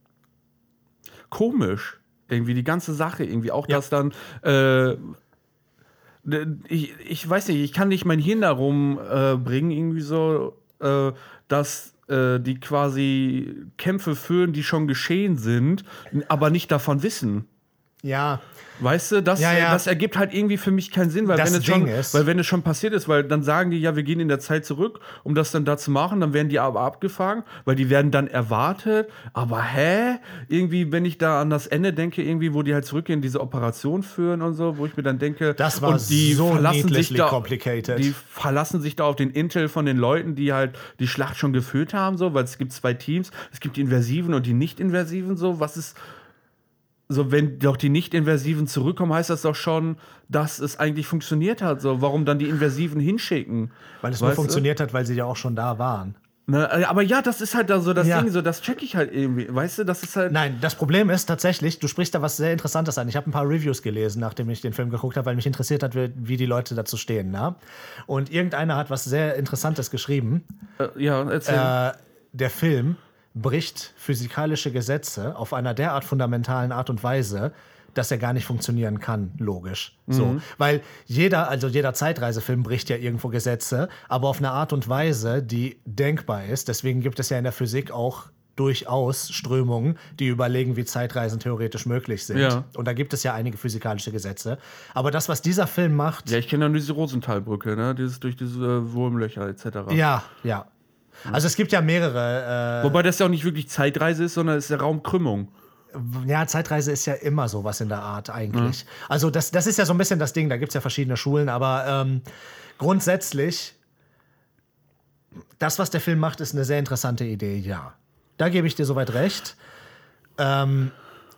komisch. Irgendwie die ganze Sache, irgendwie auch, Ja. dass dann äh, ich, ich weiß nicht, ich kann nicht mein Hirn darum äh, bringen, irgendwie so, äh, dass äh, die quasi Kämpfe führen, die schon geschehen sind, aber nicht davon wissen. Ja, Weißt du, das, Ja, ja. das ergibt halt irgendwie für mich keinen Sinn, weil Das wenn, es Ding schon, ist- weil wenn es schon passiert ist, weil dann sagen die, ja, wir gehen in der Zeit zurück, um das dann da zu machen, dann werden die aber abgefangen, weil die werden dann erwartet, aber hä? Irgendwie, wenn ich da an das Ende denke, irgendwie, wo die halt zurückgehen, diese Operation führen und so, wo ich mir dann denke, Das war und die so verlassen sich needlessly da, complicated. die verlassen sich da auf den Intel von den Leuten, die halt die Schlacht schon geführt haben, so, weil es gibt zwei Teams, es gibt die Inversiven und die Nicht-Inversiven, so, was ist so, wenn doch die Nicht-Inversiven zurückkommen, heißt das doch schon, dass es eigentlich funktioniert hat. So, warum dann die Inversiven hinschicken? weil es nur Weißt du? funktioniert hat, weil sie ja auch schon da waren. Ne, aber ja, das ist halt da so das Ja. Ding, so das check ich halt irgendwie. Weißt du, das ist halt. Nein, das Problem ist tatsächlich, du sprichst da was sehr Interessantes an. Ich habe ein paar Reviews gelesen, nachdem ich den Film geguckt habe, weil mich interessiert hat, wie, wie die Leute dazu stehen. Ne? Und irgendeiner hat was sehr Interessantes geschrieben. Äh, ja, erzähl. Äh, der Film bricht physikalische Gesetze auf einer derart fundamentalen Art und Weise, dass er gar nicht funktionieren kann, logisch. So. Weil jeder, also jeder Zeitreisefilm bricht ja irgendwo Gesetze, aber auf eine Art und Weise, die denkbar ist. Deswegen gibt es ja in der Physik auch durchaus Strömungen, die überlegen, wie Zeitreisen theoretisch möglich sind. Ja. Und da gibt es ja einige physikalische Gesetze. Aber das, was dieser Film macht... Ja, ich kenne ja nur diese Rosenthalbrücke, ne? Dieses durch diese äh, Wurmlöcher et cetera. Ja, ja. Also es gibt ja mehrere... Äh, Wobei das ja auch nicht wirklich Zeitreise ist, sondern es ist ja Raumkrümmung. Ja, Zeitreise ist ja immer sowas in der Art eigentlich. Mhm. Also das, das ist ja so ein bisschen das Ding, da gibt es ja verschiedene Schulen, aber ähm, grundsätzlich, das, was der Film macht, ist eine sehr interessante Idee, ja. Da gebe ich dir soweit recht. Ähm,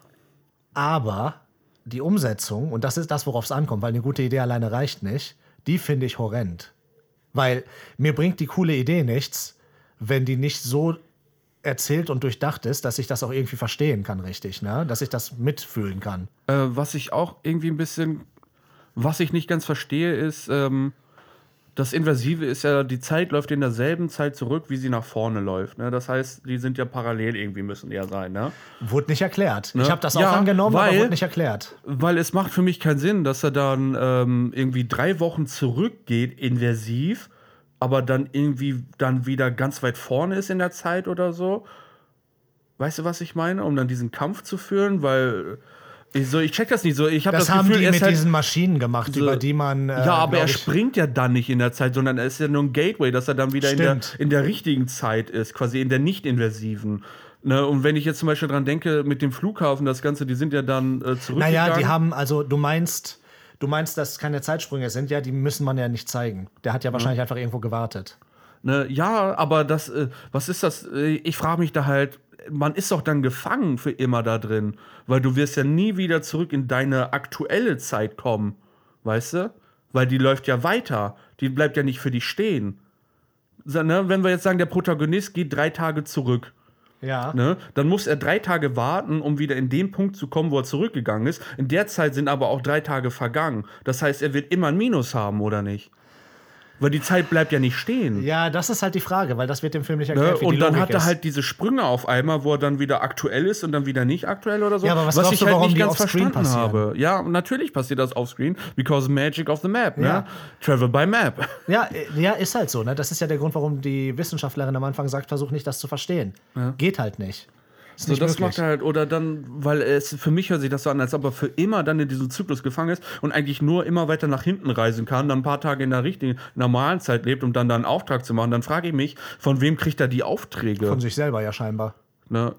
aber die Umsetzung, und das ist das, worauf es ankommt, weil eine gute Idee alleine reicht nicht, die finde ich horrend. Weil mir bringt die coole Idee nichts, wenn die nicht so erzählt und durchdacht ist, dass ich das auch irgendwie verstehen kann, richtig, ne? Dass ich das mitfühlen kann. Äh, was ich auch irgendwie ein bisschen, was ich nicht ganz verstehe, ist, ähm, das Inversive ist ja, die Zeit läuft in derselben Zeit zurück, wie sie nach vorne läuft. Ne? Das heißt, die sind ja parallel irgendwie, müssen ja sein. Ne? Wurde nicht erklärt. Ne? Ich habe das auch ja, angenommen, weil, aber wurde nicht erklärt. Weil es macht für mich keinen Sinn, dass er dann ähm, irgendwie drei Wochen zurückgeht, inversiv, aber dann irgendwie dann wieder ganz weit vorne ist in der Zeit oder so. Weißt du, was ich meine? Um dann diesen Kampf zu führen, weil ich, so, ich check das nicht so. Ich hab das, das haben Gefühl, die er mit ist halt diesen Maschinen gemacht, so, über die man. Äh, ja, aber er ich, springt ja dann nicht in der Zeit, sondern er ist ja nur ein Gateway, dass er dann wieder in der, in der richtigen Zeit ist, quasi in der nicht-inversiven. Ne? Und wenn ich jetzt zum Beispiel dran denke, mit dem Flughafen, das Ganze, die sind ja dann äh, zurückgegangen. Naja, die haben, also du meinst, du meinst, dass es keine Zeitsprünge sind, ja, die müssen man ja nicht zeigen. Der hat ja wahrscheinlich ja. einfach irgendwo gewartet. Ne? Ja, aber das, äh, was ist das? Ich frage mich da halt, man ist doch dann gefangen für immer da drin, weil du wirst ja nie wieder zurück in deine aktuelle Zeit kommen, weißt du? Weil die läuft ja weiter, die bleibt ja nicht für dich stehen. So, ne? Wenn wir jetzt sagen, der Protagonist geht drei Tage zurück, ja. ne? Dann muss er drei Tage warten, um wieder in den Punkt zu kommen, wo er zurückgegangen ist. In der Zeit sind aber auch drei Tage vergangen. Das heißt, er wird immer ein Minus haben, oder nicht? Weil die Zeit bleibt ja nicht stehen. Ja, das ist halt die Frage, weil das wird dem Film nicht erklärt, ne? wie Und die dann Logik hat er ist. halt diese Sprünge auf einmal, wo er dann wieder aktuell ist und dann wieder nicht aktuell oder so. Ja, aber was, was glaubst ich du, halt warum nicht die ganz offscreen verstanden passieren? habe. Ja, natürlich passiert das offscreen, because magic of the map. Ja. Ne? Travel by map. Ja, äh, ja, ist halt so. Ne? Das ist ja der Grund, warum die Wissenschaftlerin am Anfang sagt, versuch nicht, das zu verstehen. Ja. Geht halt nicht. Ist So, nicht das möglich. macht er halt, oder dann, weil es für mich hört sich das so an, als ob er für immer dann in diesem Zyklus gefangen ist und eigentlich nur immer weiter nach hinten reisen kann, dann ein paar Tage in der richtigen, normalen Zeit lebt, um dann da einen Auftrag zu machen. Dann frage ich mich, von wem kriegt er die Aufträge? Von sich selber ja scheinbar. Ne?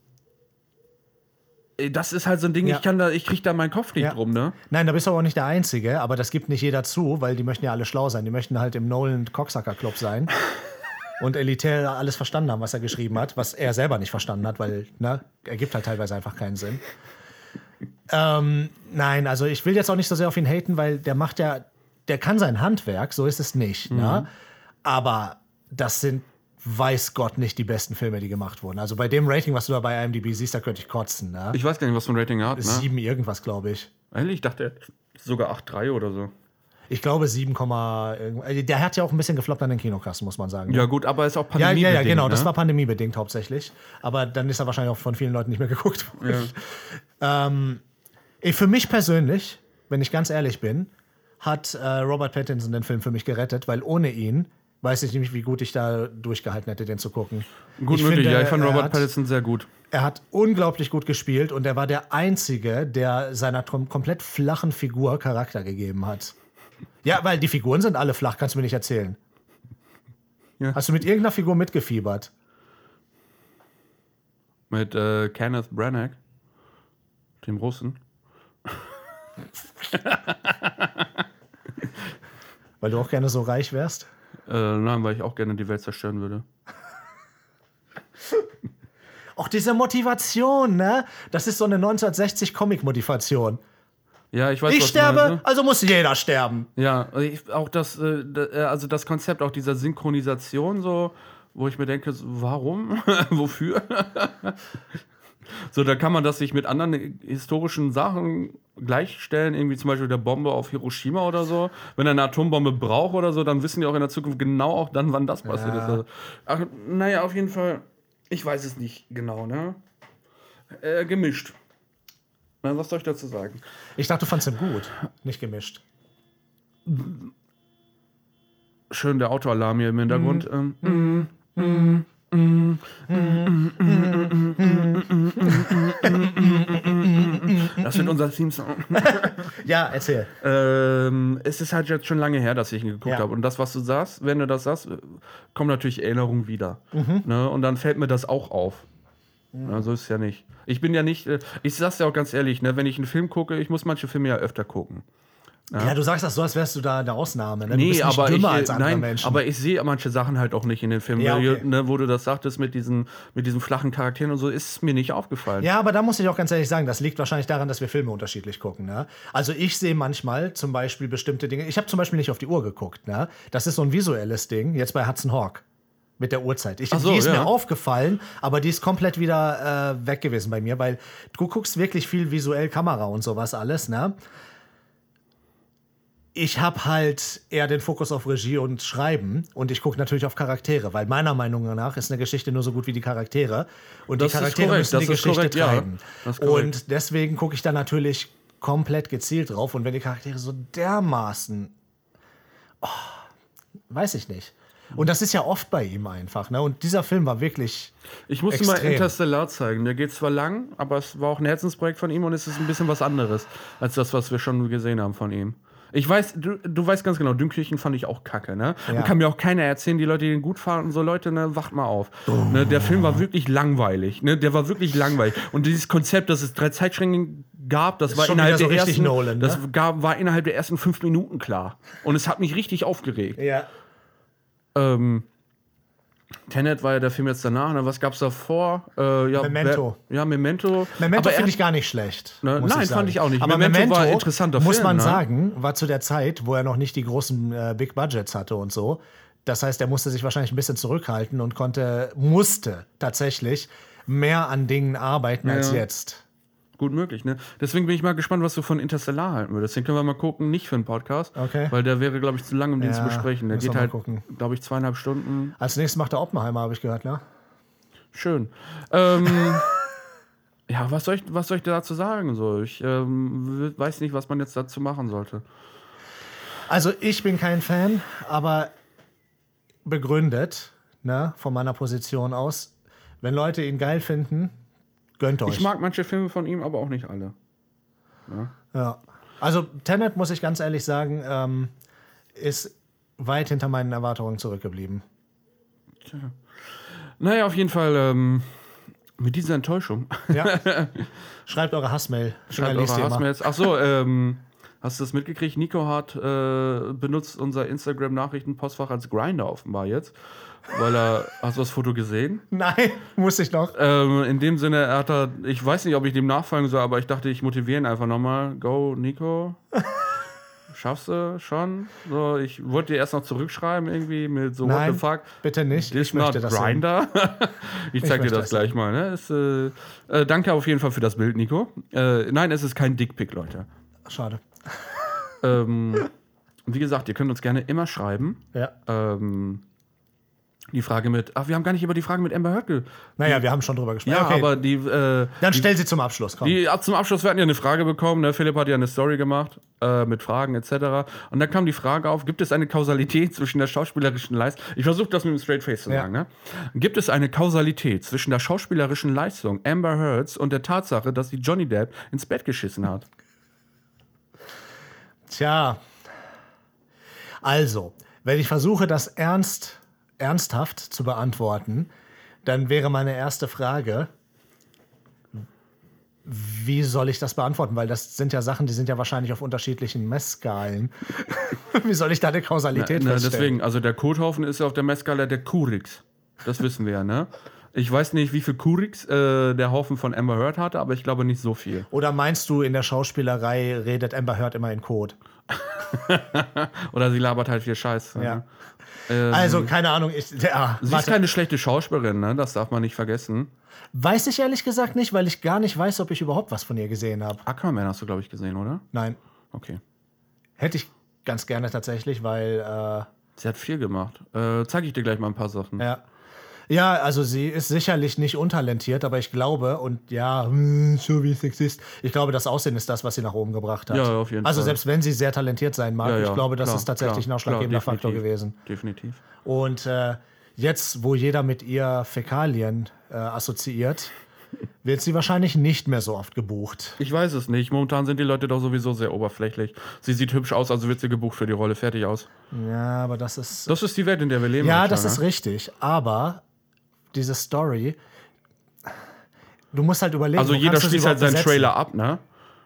Das ist halt so ein Ding, Ja. ich kann da, ich krieg da meinen Kopf nicht Ja. drum, ne? Nein, da bist du aber auch nicht der Einzige, aber das gibt nicht jeder zu, weil die möchten ja alle schlau sein. Die möchten halt im Nolan-Cocksucker-Club sein. Und elitär alles verstanden haben, was er geschrieben hat, was er selber nicht verstanden hat, weil, ne, er gibt halt teilweise einfach keinen Sinn. Ähm, nein, also ich will jetzt auch nicht so sehr auf ihn haten, weil der macht ja, der kann sein Handwerk, so ist es nicht, mhm. ne? Aber das sind, weiß Gott, nicht die besten Filme, die gemacht wurden. Also bei dem Rating, was du da bei I M D B siehst, da könnte ich kotzen, ne? Ich weiß gar nicht, was für ein Rating er hat, ne? Sieben irgendwas, glaube ich. Ehrlich, ich dachte, er hat sogar acht Komma drei oder so. Ich glaube sieben, der hat ja auch ein bisschen gefloppt an den Kinokassen, muss man sagen. Ja gut, aber ist auch Ja, pandemiebedingt. ja, ja, genau, ne? das war pandemiebedingt hauptsächlich. Aber dann ist er wahrscheinlich auch von vielen Leuten nicht mehr geguckt worden. Ja. ähm, für mich persönlich, wenn ich ganz ehrlich bin, hat äh, Robert Pattinson den Film für mich gerettet, weil ohne ihn weiß ich nicht, wie gut ich da durchgehalten hätte, den zu gucken. Gut ich möglich, finde, ja, ich fand er Robert hat, Pattinson sehr gut. Er hat unglaublich gut gespielt und er war der Einzige, der seiner komplett flachen Figur Charakter gegeben hat. Ja, weil die Figuren sind alle flach, kannst du mir nicht erzählen. Ja. Hast du mit irgendeiner Figur mitgefiebert? Mit äh, Kenneth Branagh, dem Russen. Weil du auch gerne so reich wärst? Äh, nein, weil ich auch gerne die Welt zerstören würde. Auch diese Motivation, ne? Das ist so eine neunzehnhundertsechzig Comic-Motivation. Ja, ich weiß, ich was sterbe, du meinst, ne? also muss jeder sterben. Ja, ich, auch das, äh, also das Konzept auch dieser Synchronisation so, wo ich mir denke, so, warum? Wofür? So, da kann man das sich mit anderen historischen Sachen gleichstellen, irgendwie zum Beispiel der Bombe auf Hiroshima oder so. Wenn er eine Atombombe braucht oder so, dann wissen die auch in der Zukunft genau auch dann, wann das passiert Ja. ist. Also, ach, naja, auf jeden Fall, ich weiß es nicht genau, ne? Äh, gemischt. Na, was soll ich dazu sagen? Ich dachte, du fandst ihn gut, nicht gemischt. Schön der Autoalarm hier im Hintergrund. Mm. Ähm, mm, mm, Das wird unser Theme-Song. Ja, erzähl. Ähm, es ist halt jetzt schon lange her, dass ich ihn geguckt Ja. habe. Und das, was du sagst, wenn du das sagst, kommen natürlich Erinnerungen wieder. Mhm. Ne? Und dann fällt mir das auch auf. Na, so ist es ja nicht. Ich bin ja nicht, äh, ich sag's ja auch ganz ehrlich, ne, wenn ich einen Film gucke, ich muss manche Filme ja öfter gucken. Ja, ja, du sagst das so, als wärst du da eine Ausnahme. Ne? Du Nee, bist nicht aber ich, dümmer als andere nein, Menschen. aber ich sehe manche Sachen halt auch nicht in den Filmen. Ja, okay. Ne, wo du das sagtest mit diesen, mit diesen flachen Charakteren und so, ist mir nicht aufgefallen. Ja, aber da muss ich auch ganz ehrlich sagen, das liegt wahrscheinlich daran, dass wir Filme unterschiedlich gucken. Ne? Also ich sehe manchmal zum Beispiel bestimmte Dinge. Ich habe zum Beispiel nicht auf die Uhr geguckt. Ne? Das ist so ein visuelles Ding, jetzt bei Hudson Hawk. Mit der Uhrzeit. Ich, Ach so, die ist ja. mir aufgefallen, aber die ist komplett wieder äh, weg gewesen bei mir, weil du guckst wirklich viel visuell Kamera und sowas alles, ne? Ich habe halt eher den Fokus auf Regie und Schreiben und ich gucke natürlich auf Charaktere, weil meiner Meinung nach ist eine Geschichte nur so gut wie die Charaktere und Das die ist Charaktere korrekt, müssen das die ist Geschichte korrekt, ja. treiben. Das ist korrekt. Und deswegen gucke ich da natürlich komplett gezielt drauf und wenn die Charaktere so dermaßen, oh, weiß ich nicht. Und das ist ja oft bei ihm einfach, ne? Und dieser Film war wirklich Ich musste extrem. mal Interstellar zeigen. Der geht zwar lang, aber es war auch ein Herzensprojekt von ihm und es ist ein bisschen was anderes als das, was wir schon gesehen haben von ihm. Ich weiß, du, du weißt ganz genau, Dünkirchen fand ich auch kacke, ne? Ja. Und kann mir auch keiner erzählen, die Leute, die den gut fanden, so Leute, ne, wacht mal auf. Ne, der Film war wirklich langweilig, ne? Der war wirklich langweilig. Und dieses Konzept, dass es drei Zeitstränge gab, das war schon innerhalb wieder so der richtig ersten, Nolan, ne? das gab, war innerhalb der ersten fünf Minuten klar. Und es hat mich richtig aufgeregt. Ja. Ähm, Tenet war ja der Film jetzt danach. Ne? Was gab's davor? Äh, ja, Memento. wer- Ja, Memento. Memento Aber er- finde ich gar nicht schlecht. Ne, muss nein, ich sagen. fand ich auch nicht. Aber Memento Memento, war ein interessanter muss Film, man ne? sagen, war zu der Zeit, wo er noch nicht die großen äh, Big Budgets hatte und so. Das heißt, er musste sich wahrscheinlich ein bisschen zurückhalten und konnte, musste tatsächlich mehr an Dingen arbeiten als Ja. jetzt. Gut möglich, ne? Deswegen bin ich mal gespannt, was du von Interstellar halten würdest. Den können wir mal gucken, nicht für einen Podcast. Okay. Weil der wäre, glaube ich, zu lang, um den Ja, zu besprechen. Der müssen geht wir mal halt, gucken. glaube ich, zweieinhalb Stunden. Als nächstes macht er Oppenheimer, habe ich gehört, ne? Schön. Ähm, ja, was soll ich, was soll ich dazu sagen? So, ich ähm, weiß nicht, was man jetzt dazu machen sollte. Also ich bin kein Fan, aber begründet, ne, von meiner Position aus. Wenn Leute ihn geil finden, gönnt euch. Ich mag manche Filme von ihm, aber auch nicht alle. Ja. Also Tenet, muss ich ganz ehrlich sagen, ähm, ist weit hinter meinen Erwartungen zurückgeblieben. Naja, auf jeden Fall ähm, mit dieser Enttäuschung. Ja. Schreibt eure Hassmail. Schreibt Lest eure die immer. Hassmails. Ach so, ähm, hast du das mitgekriegt? Nico hat äh, benutzt unser Instagram-Nachrichten-Postfach als Grinder offenbar jetzt. Weil er, hast du das Foto gesehen? Nein, muss ich noch. Ähm, in dem Sinne, er hat da, ich weiß nicht, ob ich dem nachfolgen soll, aber ich dachte, ich motiviere ihn einfach nochmal. Go, Nico. Schaffst du schon? So, ich wollte dir erst noch zurückschreiben, irgendwie mit so, Nein, what the fuck? bitte nicht. This Ich möchte not das sehen. Grinder. ich zeig dir möchte das das gleich mal. Ne? Ist, äh, äh, danke auf jeden Fall für das Bild, Nico. Äh, nein, es ist kein Dickpick, Leute. Schade. Ähm, wie gesagt, ihr könnt uns gerne immer schreiben. Ja. Ähm, die Frage mit, ach, wir haben gar nicht über die Frage mit Amber Heard ge- Naja, wir haben schon drüber gesprochen. Ja, okay. aber die, äh, Dann die, stell sie zum Abschluss, komm. die ab zum Abschluss, wir hatten ja eine Frage bekommen, ne? Philipp hat ja eine Story gemacht äh, mit Fragen et cetera. Und dann kam die Frage auf, gibt es eine Kausalität zwischen der schauspielerischen Leistung, ich versuche das mit dem Straight Face zu Ja. sagen, ne? Gibt es eine Kausalität zwischen der schauspielerischen Leistung Amber Heards und der Tatsache, dass sie Johnny Depp ins Bett geschissen hat? Tja. Also, wenn ich versuche, das ernst, ernsthaft zu beantworten, dann wäre meine erste Frage, wie soll ich das beantworten? Weil das sind ja Sachen, die sind ja wahrscheinlich auf unterschiedlichen Messskalen. Wie soll ich da eine Kausalität Na, feststellen? deswegen, also der Kothaufen ist ja auf der Messskala der Kurix. Das wissen wir ja, ne? Ich weiß nicht, wie viel Kurix äh, der Haufen von Amber Heard hatte, aber ich glaube nicht so viel. Oder meinst du, in der Schauspielerei redet Amber Heard immer in Code? Oder sie labert halt viel Scheiß. Ja. Ne? Ähm, Also, keine Ahnung. Ich, ja, sie ist warte. keine schlechte Schauspielerin, ne? Das darf man nicht vergessen. Weiß ich ehrlich gesagt nicht, weil ich gar nicht weiß, ob ich überhaupt was von ihr gesehen habe. Aquaman hast du, glaube ich, gesehen, oder? Nein. Okay. Hätte ich ganz gerne tatsächlich, weil, äh, Sie hat viel gemacht. Äh, zeige ich dir gleich mal ein paar Sachen. ja. Ja, also sie ist sicherlich nicht untalentiert, aber ich glaube, und ja, hm, so wie Sexist, ich glaube, das Aussehen ist das, was sie nach oben gebracht hat. Ja, auf jeden also Fall. selbst wenn sie sehr talentiert sein mag, Ja, ja, ich glaube, das klar, ist tatsächlich klar, ein ausschlaggebender klar, Faktor definitiv. gewesen. Definitiv. Und äh, jetzt, wo jeder mit ihr Fäkalien äh, assoziiert, wird sie wahrscheinlich nicht mehr so oft gebucht. Ich weiß es nicht. Momentan sind die Leute doch sowieso sehr oberflächlich. Sie sieht hübsch aus, also wird sie gebucht für die Rolle. Fertig aus. Ja, aber das ist... Das ist die Welt, in der wir leben. Ja, das ist richtig. Aber diese Story... Du musst halt überlegen... Also jeder schließt halt seinen Trailer ab, ne?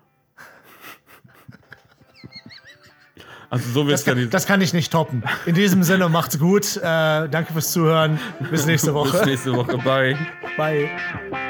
Also so wird's das, kann, das kann ich nicht toppen. In diesem Sinne, macht's gut. Äh, danke fürs Zuhören. Bis nächste Woche. Bis nächste Woche. Bye. Bye.